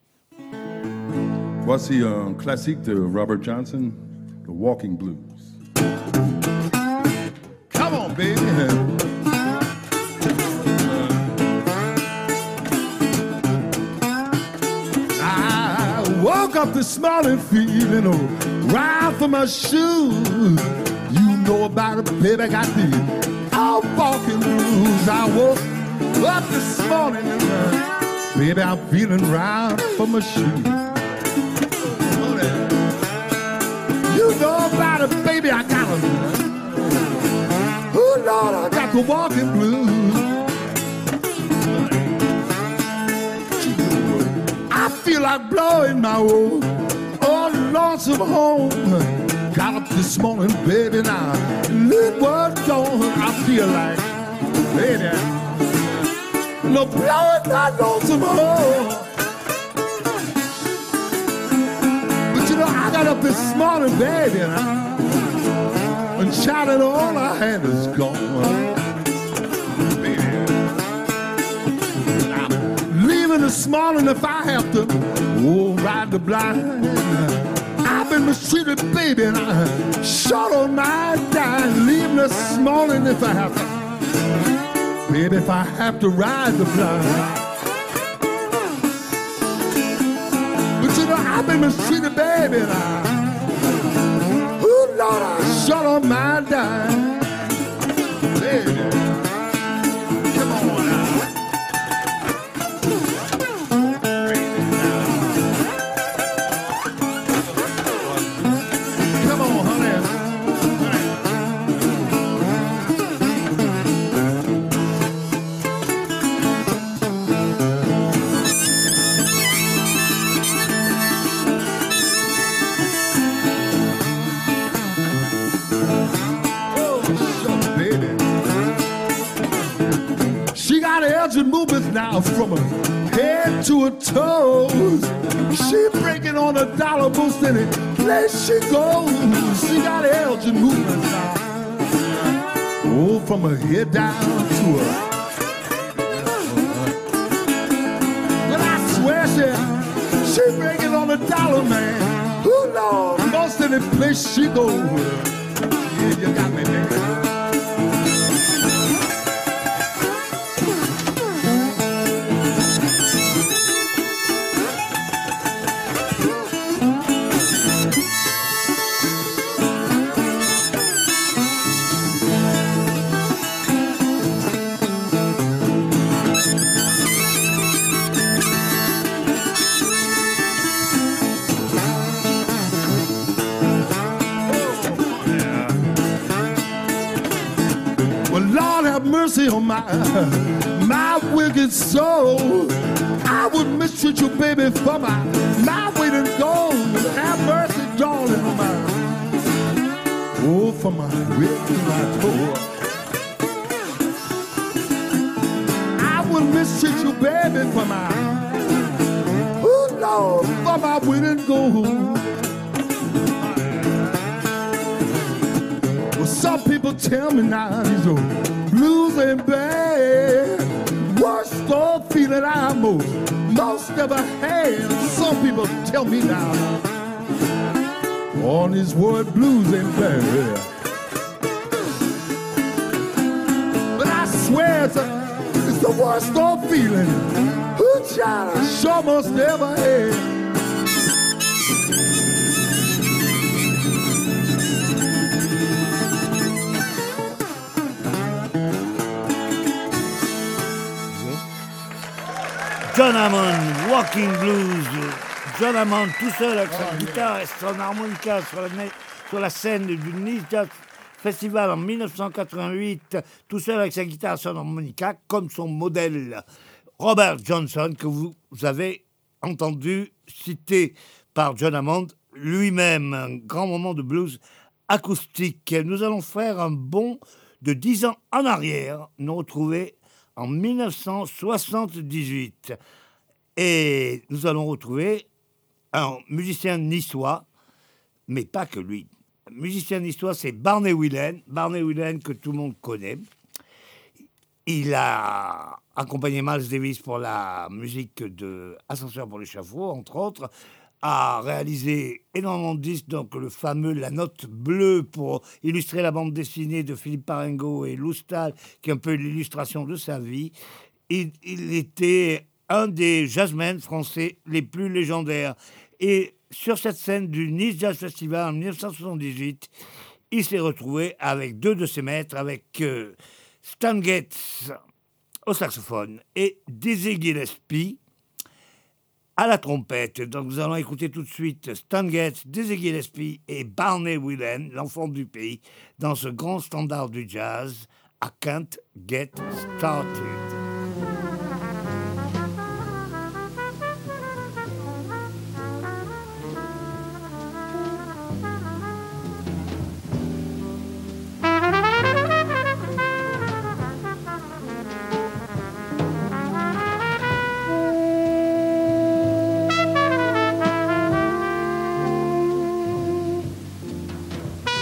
Voici un classique de Robert Johnson, The Walking Blues. Come on, baby. I woke up this morning feeling right for my shoes. You know about it, baby, got the all walking blues. I woke up this morning and uh, baby, I'm feeling right for my shoes. You know about it, baby, I got it. Oh, Lord, I got the walking blues. I feel like blowing my old, oh, lonesome home. Got up this morning, baby, now look what's going. I feel like, baby, no blowing my lonesome home. I got up this morning, baby, and shouted all I had is gone. Baby, I'm leaving this morning if I have to, oh, ride the blind. I've been mistreated, baby, and I shut on my dime. Leaving this morning if I have to, baby, if I have to ride the blind. I've been mistreated, baby, and I, oh, Lord, I shut on my dime. Baby, come on now. Come on, honey. Movements now from her head to her toes. She breaking on a dollar boost any place she goes. She got Elgin movements now. Oh, from her head down to her. And I swear she, she breaking on a dollar, man. Oh, Lord, most any place she goes. Yeah, you got me there. mercy on my, my wicked soul. I would mistreat you, baby, for my, my weight in gold. Have mercy, darling, on my, oh, for my wicked soul. I would mistreat you, baby, for my, oh, Lord, for my weight in gold. Well, some people tell me now these old blues ain't bad. Worst old feeling I most, most ever had. Some people tell me now, all these word blues ain't bad. But I swear it's, a, it's the worst old feeling who child I sure most ever had. John Hammond, Walking Blues. John Hammond, tout seul avec sa guitare et son harmonica sur la, sur la scène du Nice Jazz Festival en dix-neuf cent quatre-vingt-huit, tout seul avec sa guitare et son harmonica, comme son modèle Robert Johnson, que vous avez entendu citer par John Hammond lui-même. Un grand moment de blues acoustique. Nous allons faire un bond de dix ans en arrière, nous retrouver en dix-neuf cent soixante-dix-huit. Et nous allons retrouver un musicien niçois, mais pas que lui. Un musicien niçois, c'est Barney Whelan. Barney Whelan, que tout le monde connaît. Il a accompagné Miles Davis pour la musique de Ascenseur pour l'échafaud, entre autres. A réalisé énormément de disques, donc le fameux La Note Bleue pour illustrer la bande dessinée de Philippe Parengo et Lou Stahl, qui est un peu l'illustration de sa vie. Il, il était un des jazzmen français les plus légendaires. Et sur cette scène du Nice Jazz Festival en dix-neuf cent soixante-dix-huit, il s'est retrouvé avec deux de ses maîtres, avec euh, Stan Getz au saxophone et Dizzy Gillespie à la trompette. Donc nous allons écouter tout de suite Stan Getz, Dizzy Gillespie et Barney Whelan, l'enfant du pays, dans ce grand standard du jazz, I Can't Get Started.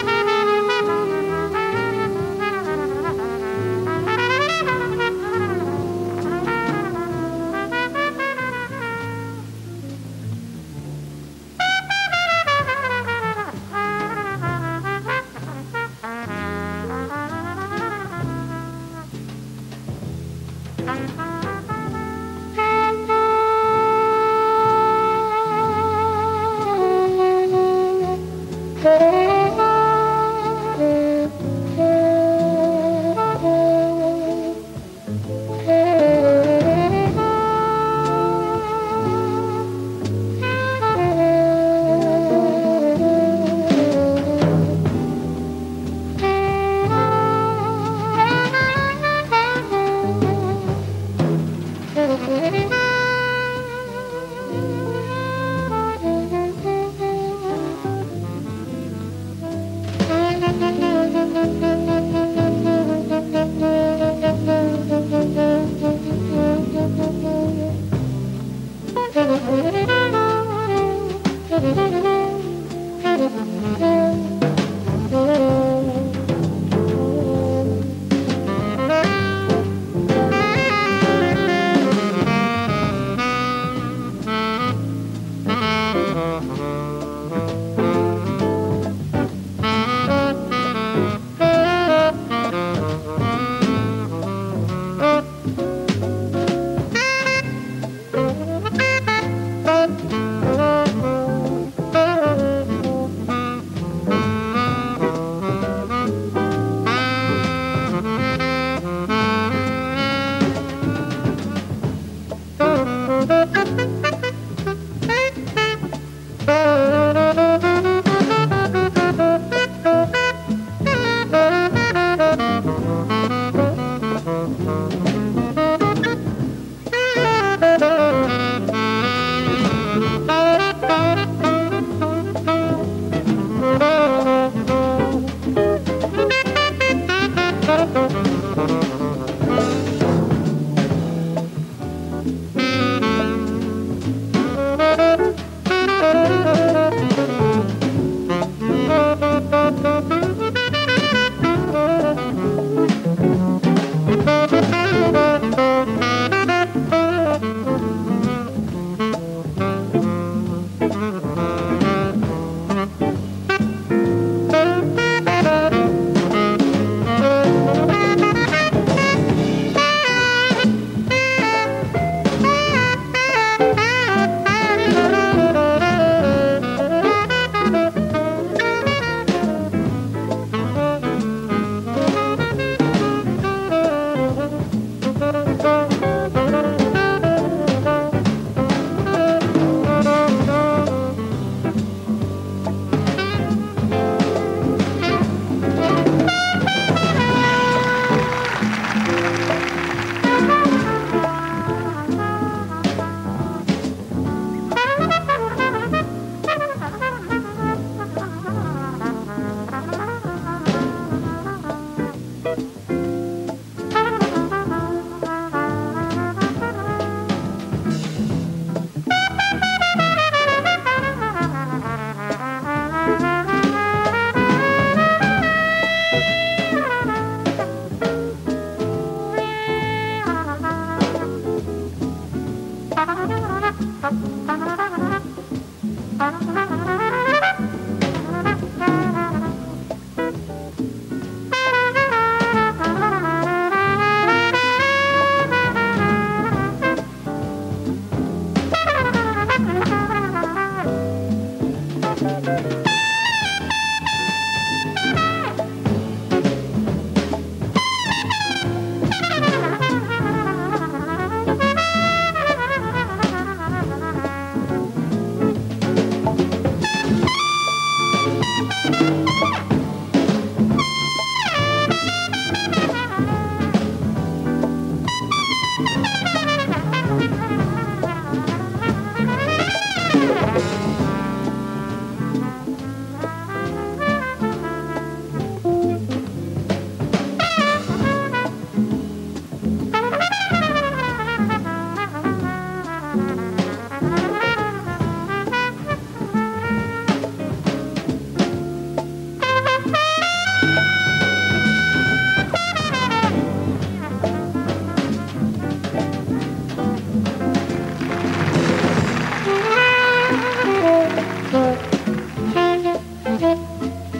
Thank you.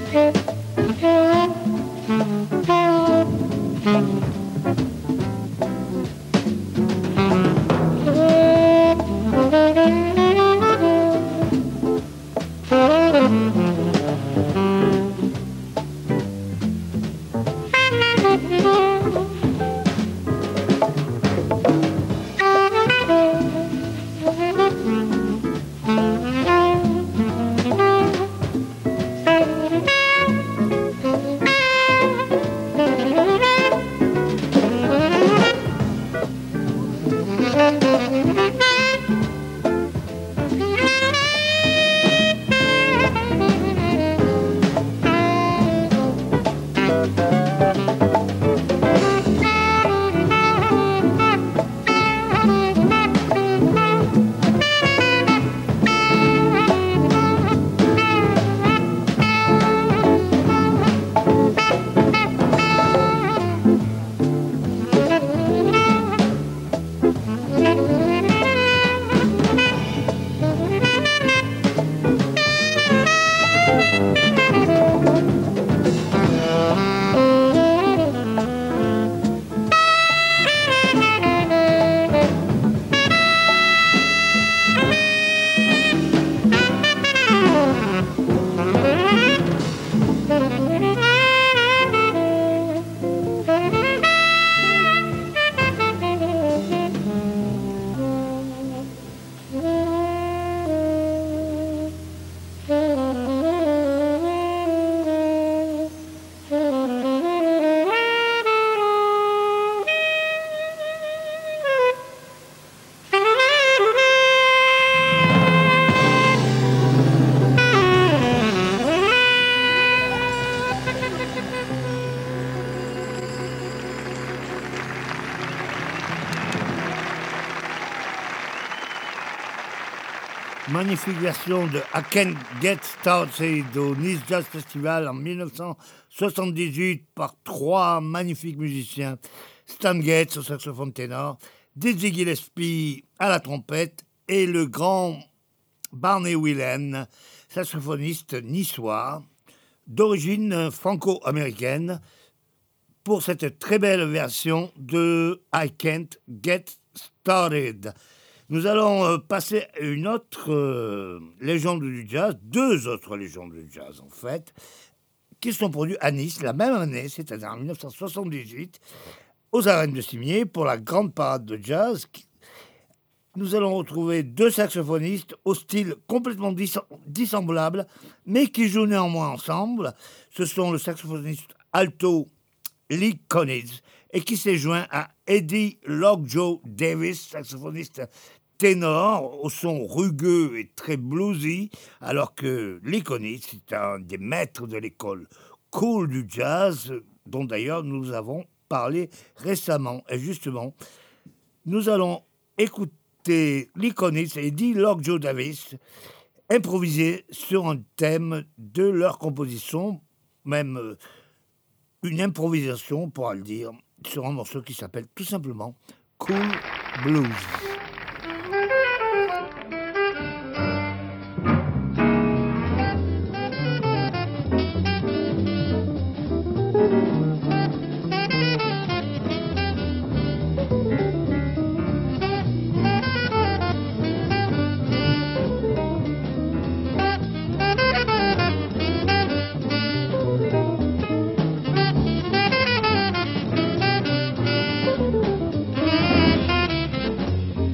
Magnifique version de I Can't Get Started au Nice Jazz Festival en dix-neuf cent soixante-dix-huit par trois magnifiques musiciens. Stan Getz au saxophone ténor, Dizzy Gillespie à la trompette et le grand Barney Whelan, saxophoniste niçois d'origine franco-américaine, pour cette très belle version de I Can't Get Started. Nous allons euh, passer à une autre euh, légende du jazz, deux autres légendes du jazz en fait, qui sont produits à Nice la même année, c'est-à-dire en dix-neuf cent soixante-dix-huit, aux arènes de Cimier pour la grande parade de jazz. Nous allons retrouver deux saxophonistes au style complètement dis- dissemblable, mais qui jouent néanmoins ensemble. Ce sont le saxophoniste alto Lee Konitz et qui s'est joint à Eddie Lockjaw Davis, saxophoniste ténor au son rugueux et très bluesy, alors que Lee Konitz est un des maîtres de l'école cool du jazz, dont d'ailleurs nous avons parlé récemment. Et justement, nous allons écouter Lee Konitz et Eddie Lockjaw Davis improviser sur un thème de leur composition, même euh, une improvisation, on pourra le dire, sur un morceau qui s'appelle tout simplement Cool Blues. Thank you.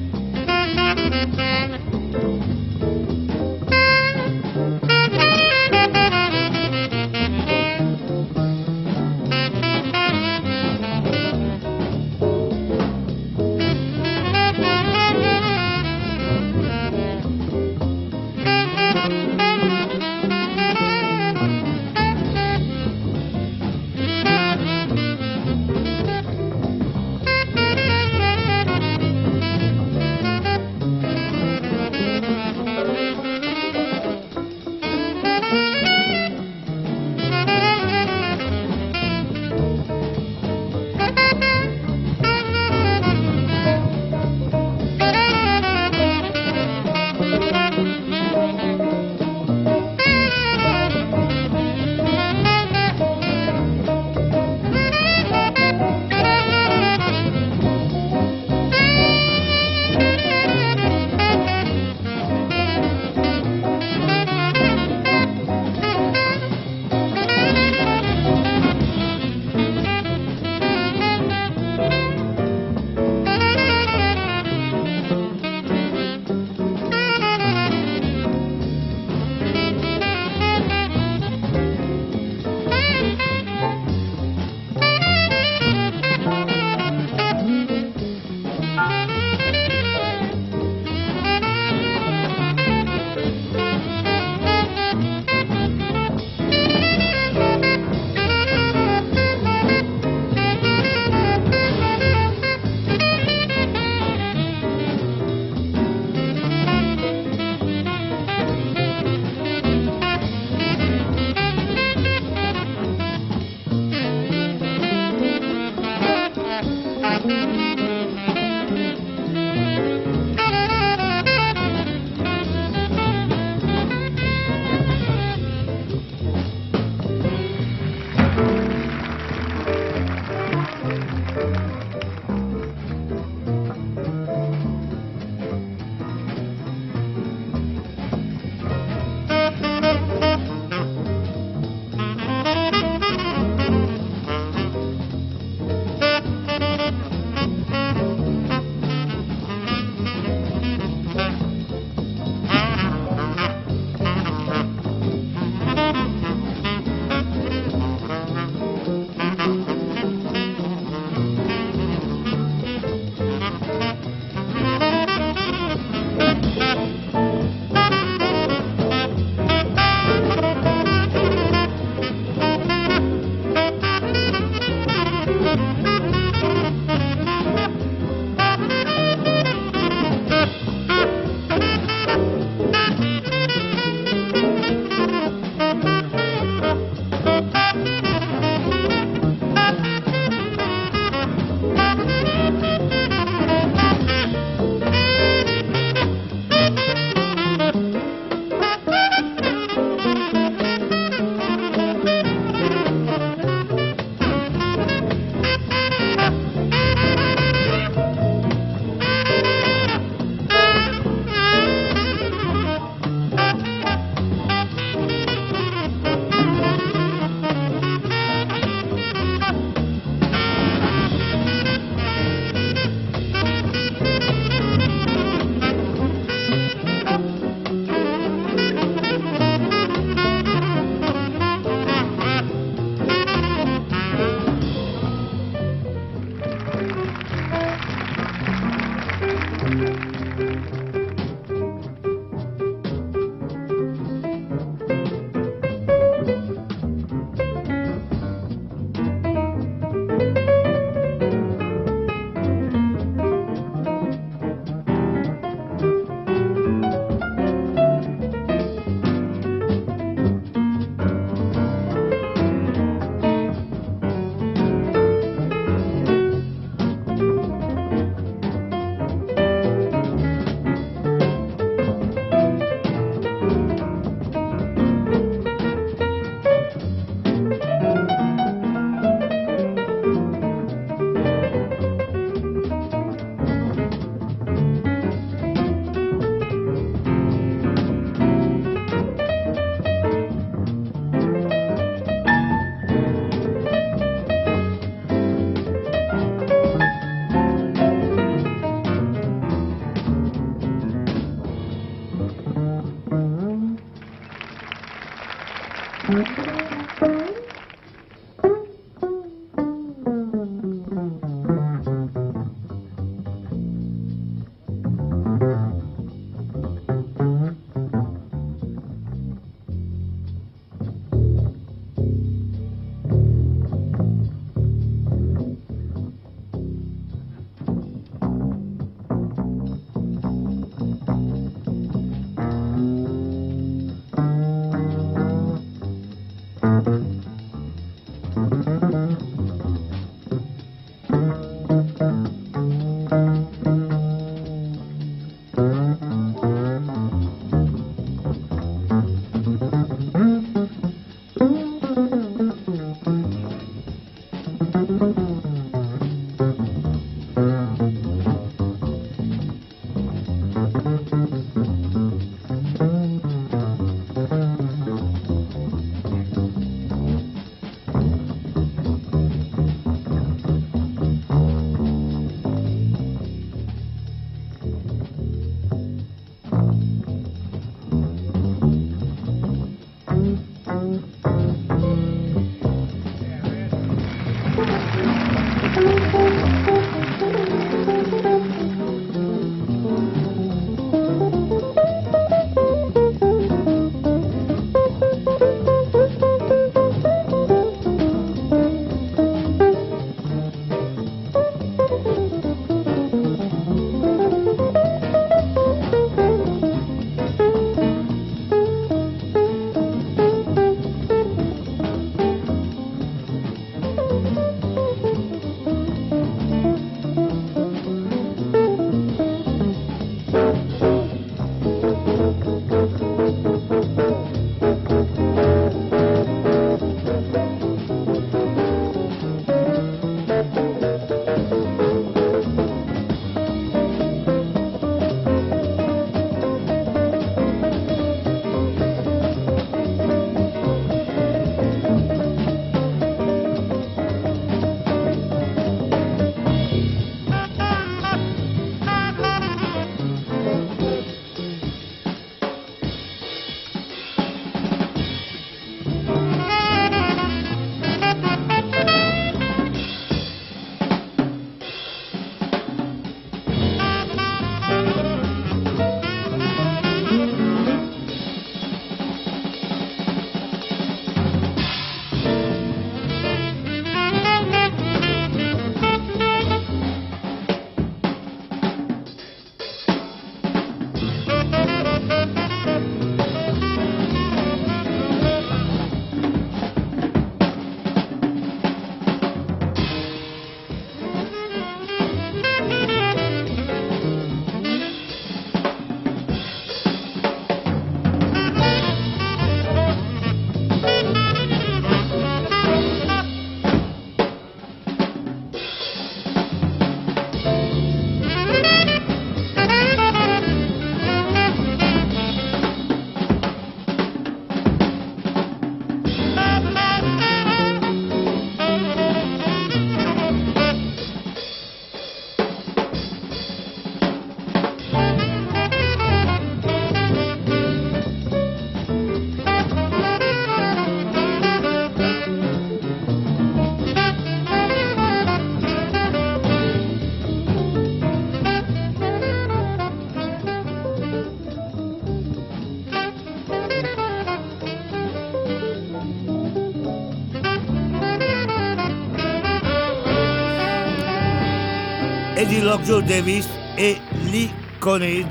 Eddie Lockjaw Davis et Lee Konitz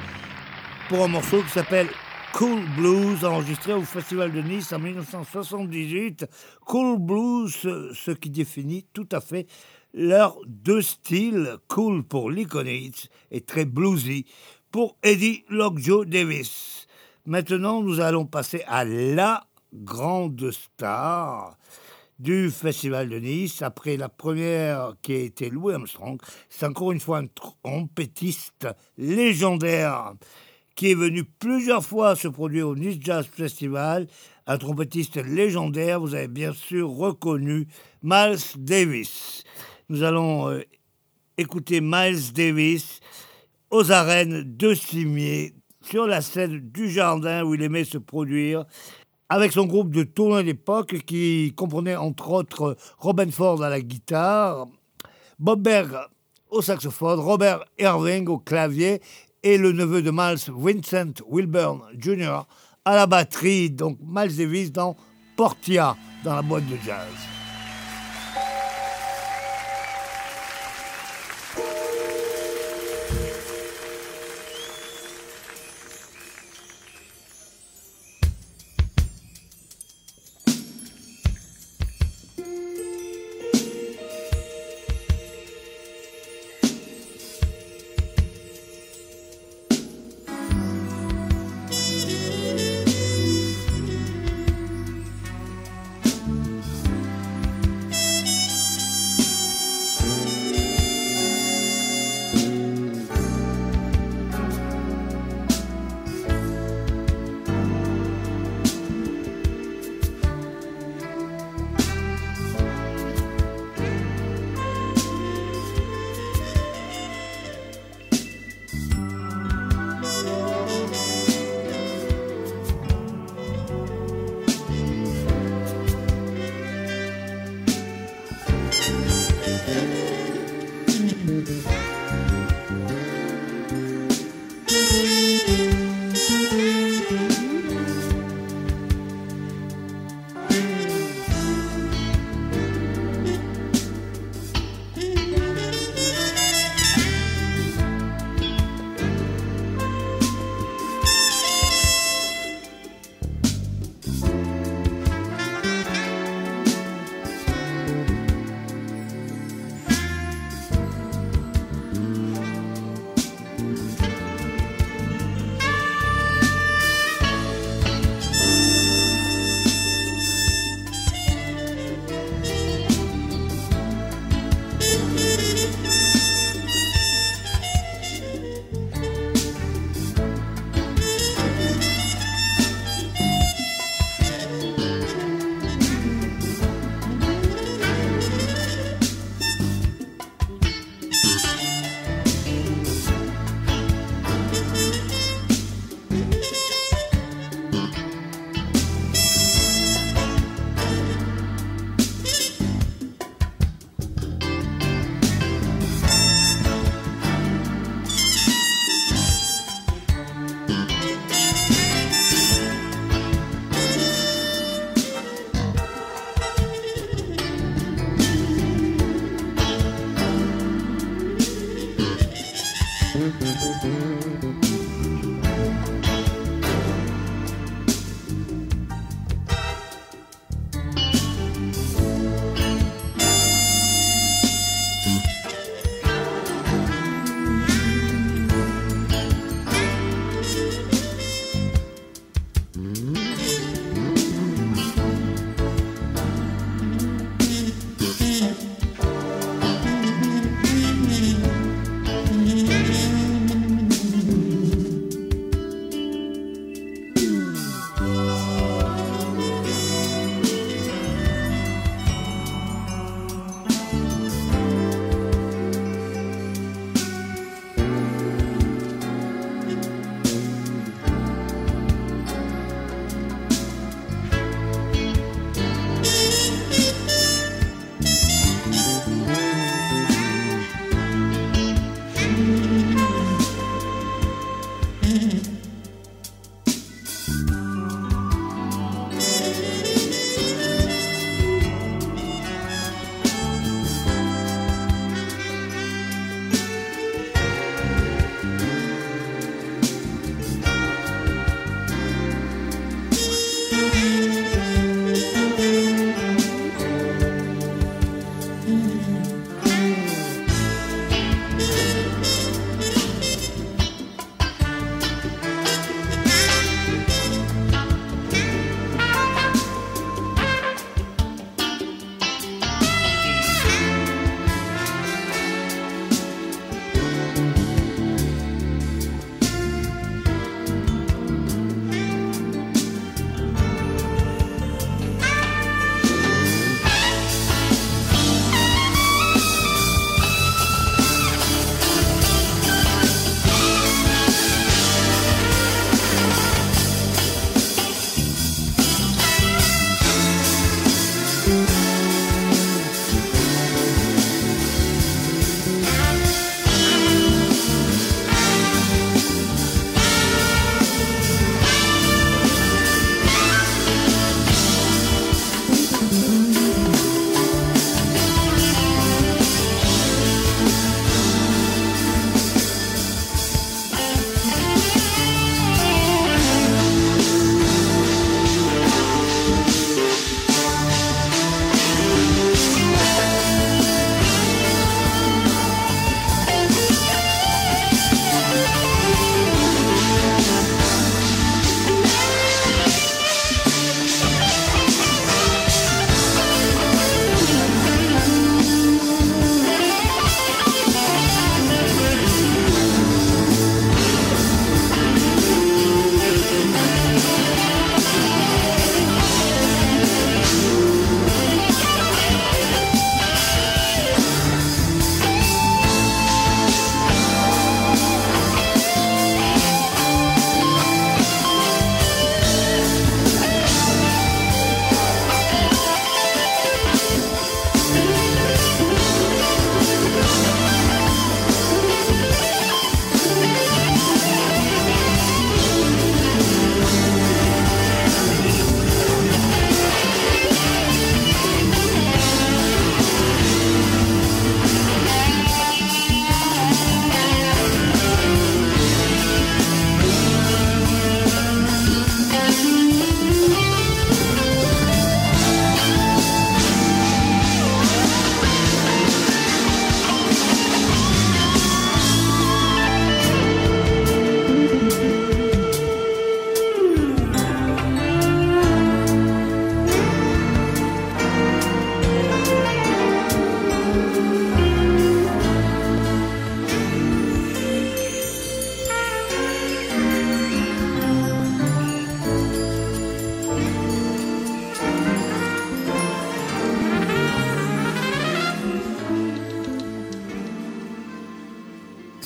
pour un morceau qui s'appelle Cool Blues, enregistré au Festival de Nice en dix-neuf cent soixante-dix-huit. Cool Blues, ce qui définit tout à fait leurs deux styles, cool pour Lee Konitz et très bluesy pour Eddie Lockjaw Davis. Maintenant, nous allons passer à la grande star du Festival de Nice, après la première qui a été Louis Armstrong. C'est encore une fois un trompettiste légendaire qui est venu plusieurs fois se produire au Nice Jazz Festival, un trompettiste légendaire, vous avez bien sûr reconnu Miles Davis. Nous allons euh, écouter Miles Davis aux arènes de Cimier, sur la scène du Jardin où il aimait se produire, avec son groupe de tournoi d'époque qui comprenait entre autres Robin Ford à la guitare, Bob Berg au saxophone, Robert Irving au clavier et le neveu de Miles, Vincent Wilburn junior à la batterie. Donc Miles Davis dans Portia, dans la boîte de jazz.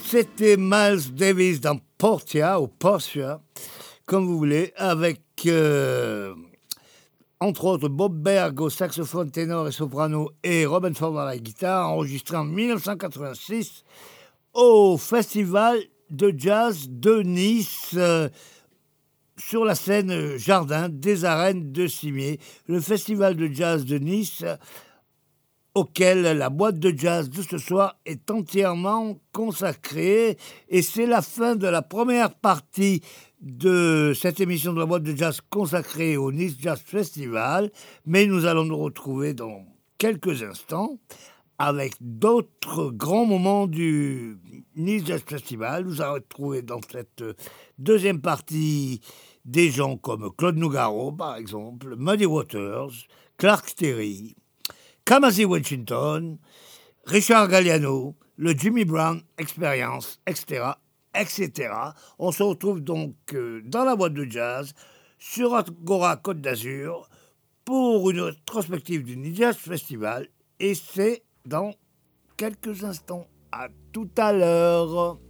C'était Miles Davis dans Portia, ou Portia, comme vous voulez, avec, euh, entre autres, Bob Berg au saxophone ténor et soprano et Robin Ford à la guitare, enregistré en dix-neuf cent quatre-vingt-six au Festival de Jazz de Nice, euh, sur la scène Jardin des Arènes de Cimier, le Festival de Jazz de Nice, auquel la boîte de jazz de ce soir est entièrement consacrée. Et c'est la fin de la première partie de cette émission de la boîte de jazz consacrée au Nice Jazz Festival. Mais nous allons nous retrouver dans quelques instants avec d'autres grands moments du Nice Jazz Festival. Nous allons retrouver dans cette deuxième partie des gens comme Claude Nougaro, par exemple, Muddy Waters, Clark Terry, Kamasi Washington, Richard Galliano, le Jimmy Brown Experience, et cetera, et cetera. On se retrouve donc euh, dans la boîte de jazz sur Agora Côte d'Azur pour une rétrospective du Nice Jazz Festival, et c'est dans quelques instants. À tout à l'heure.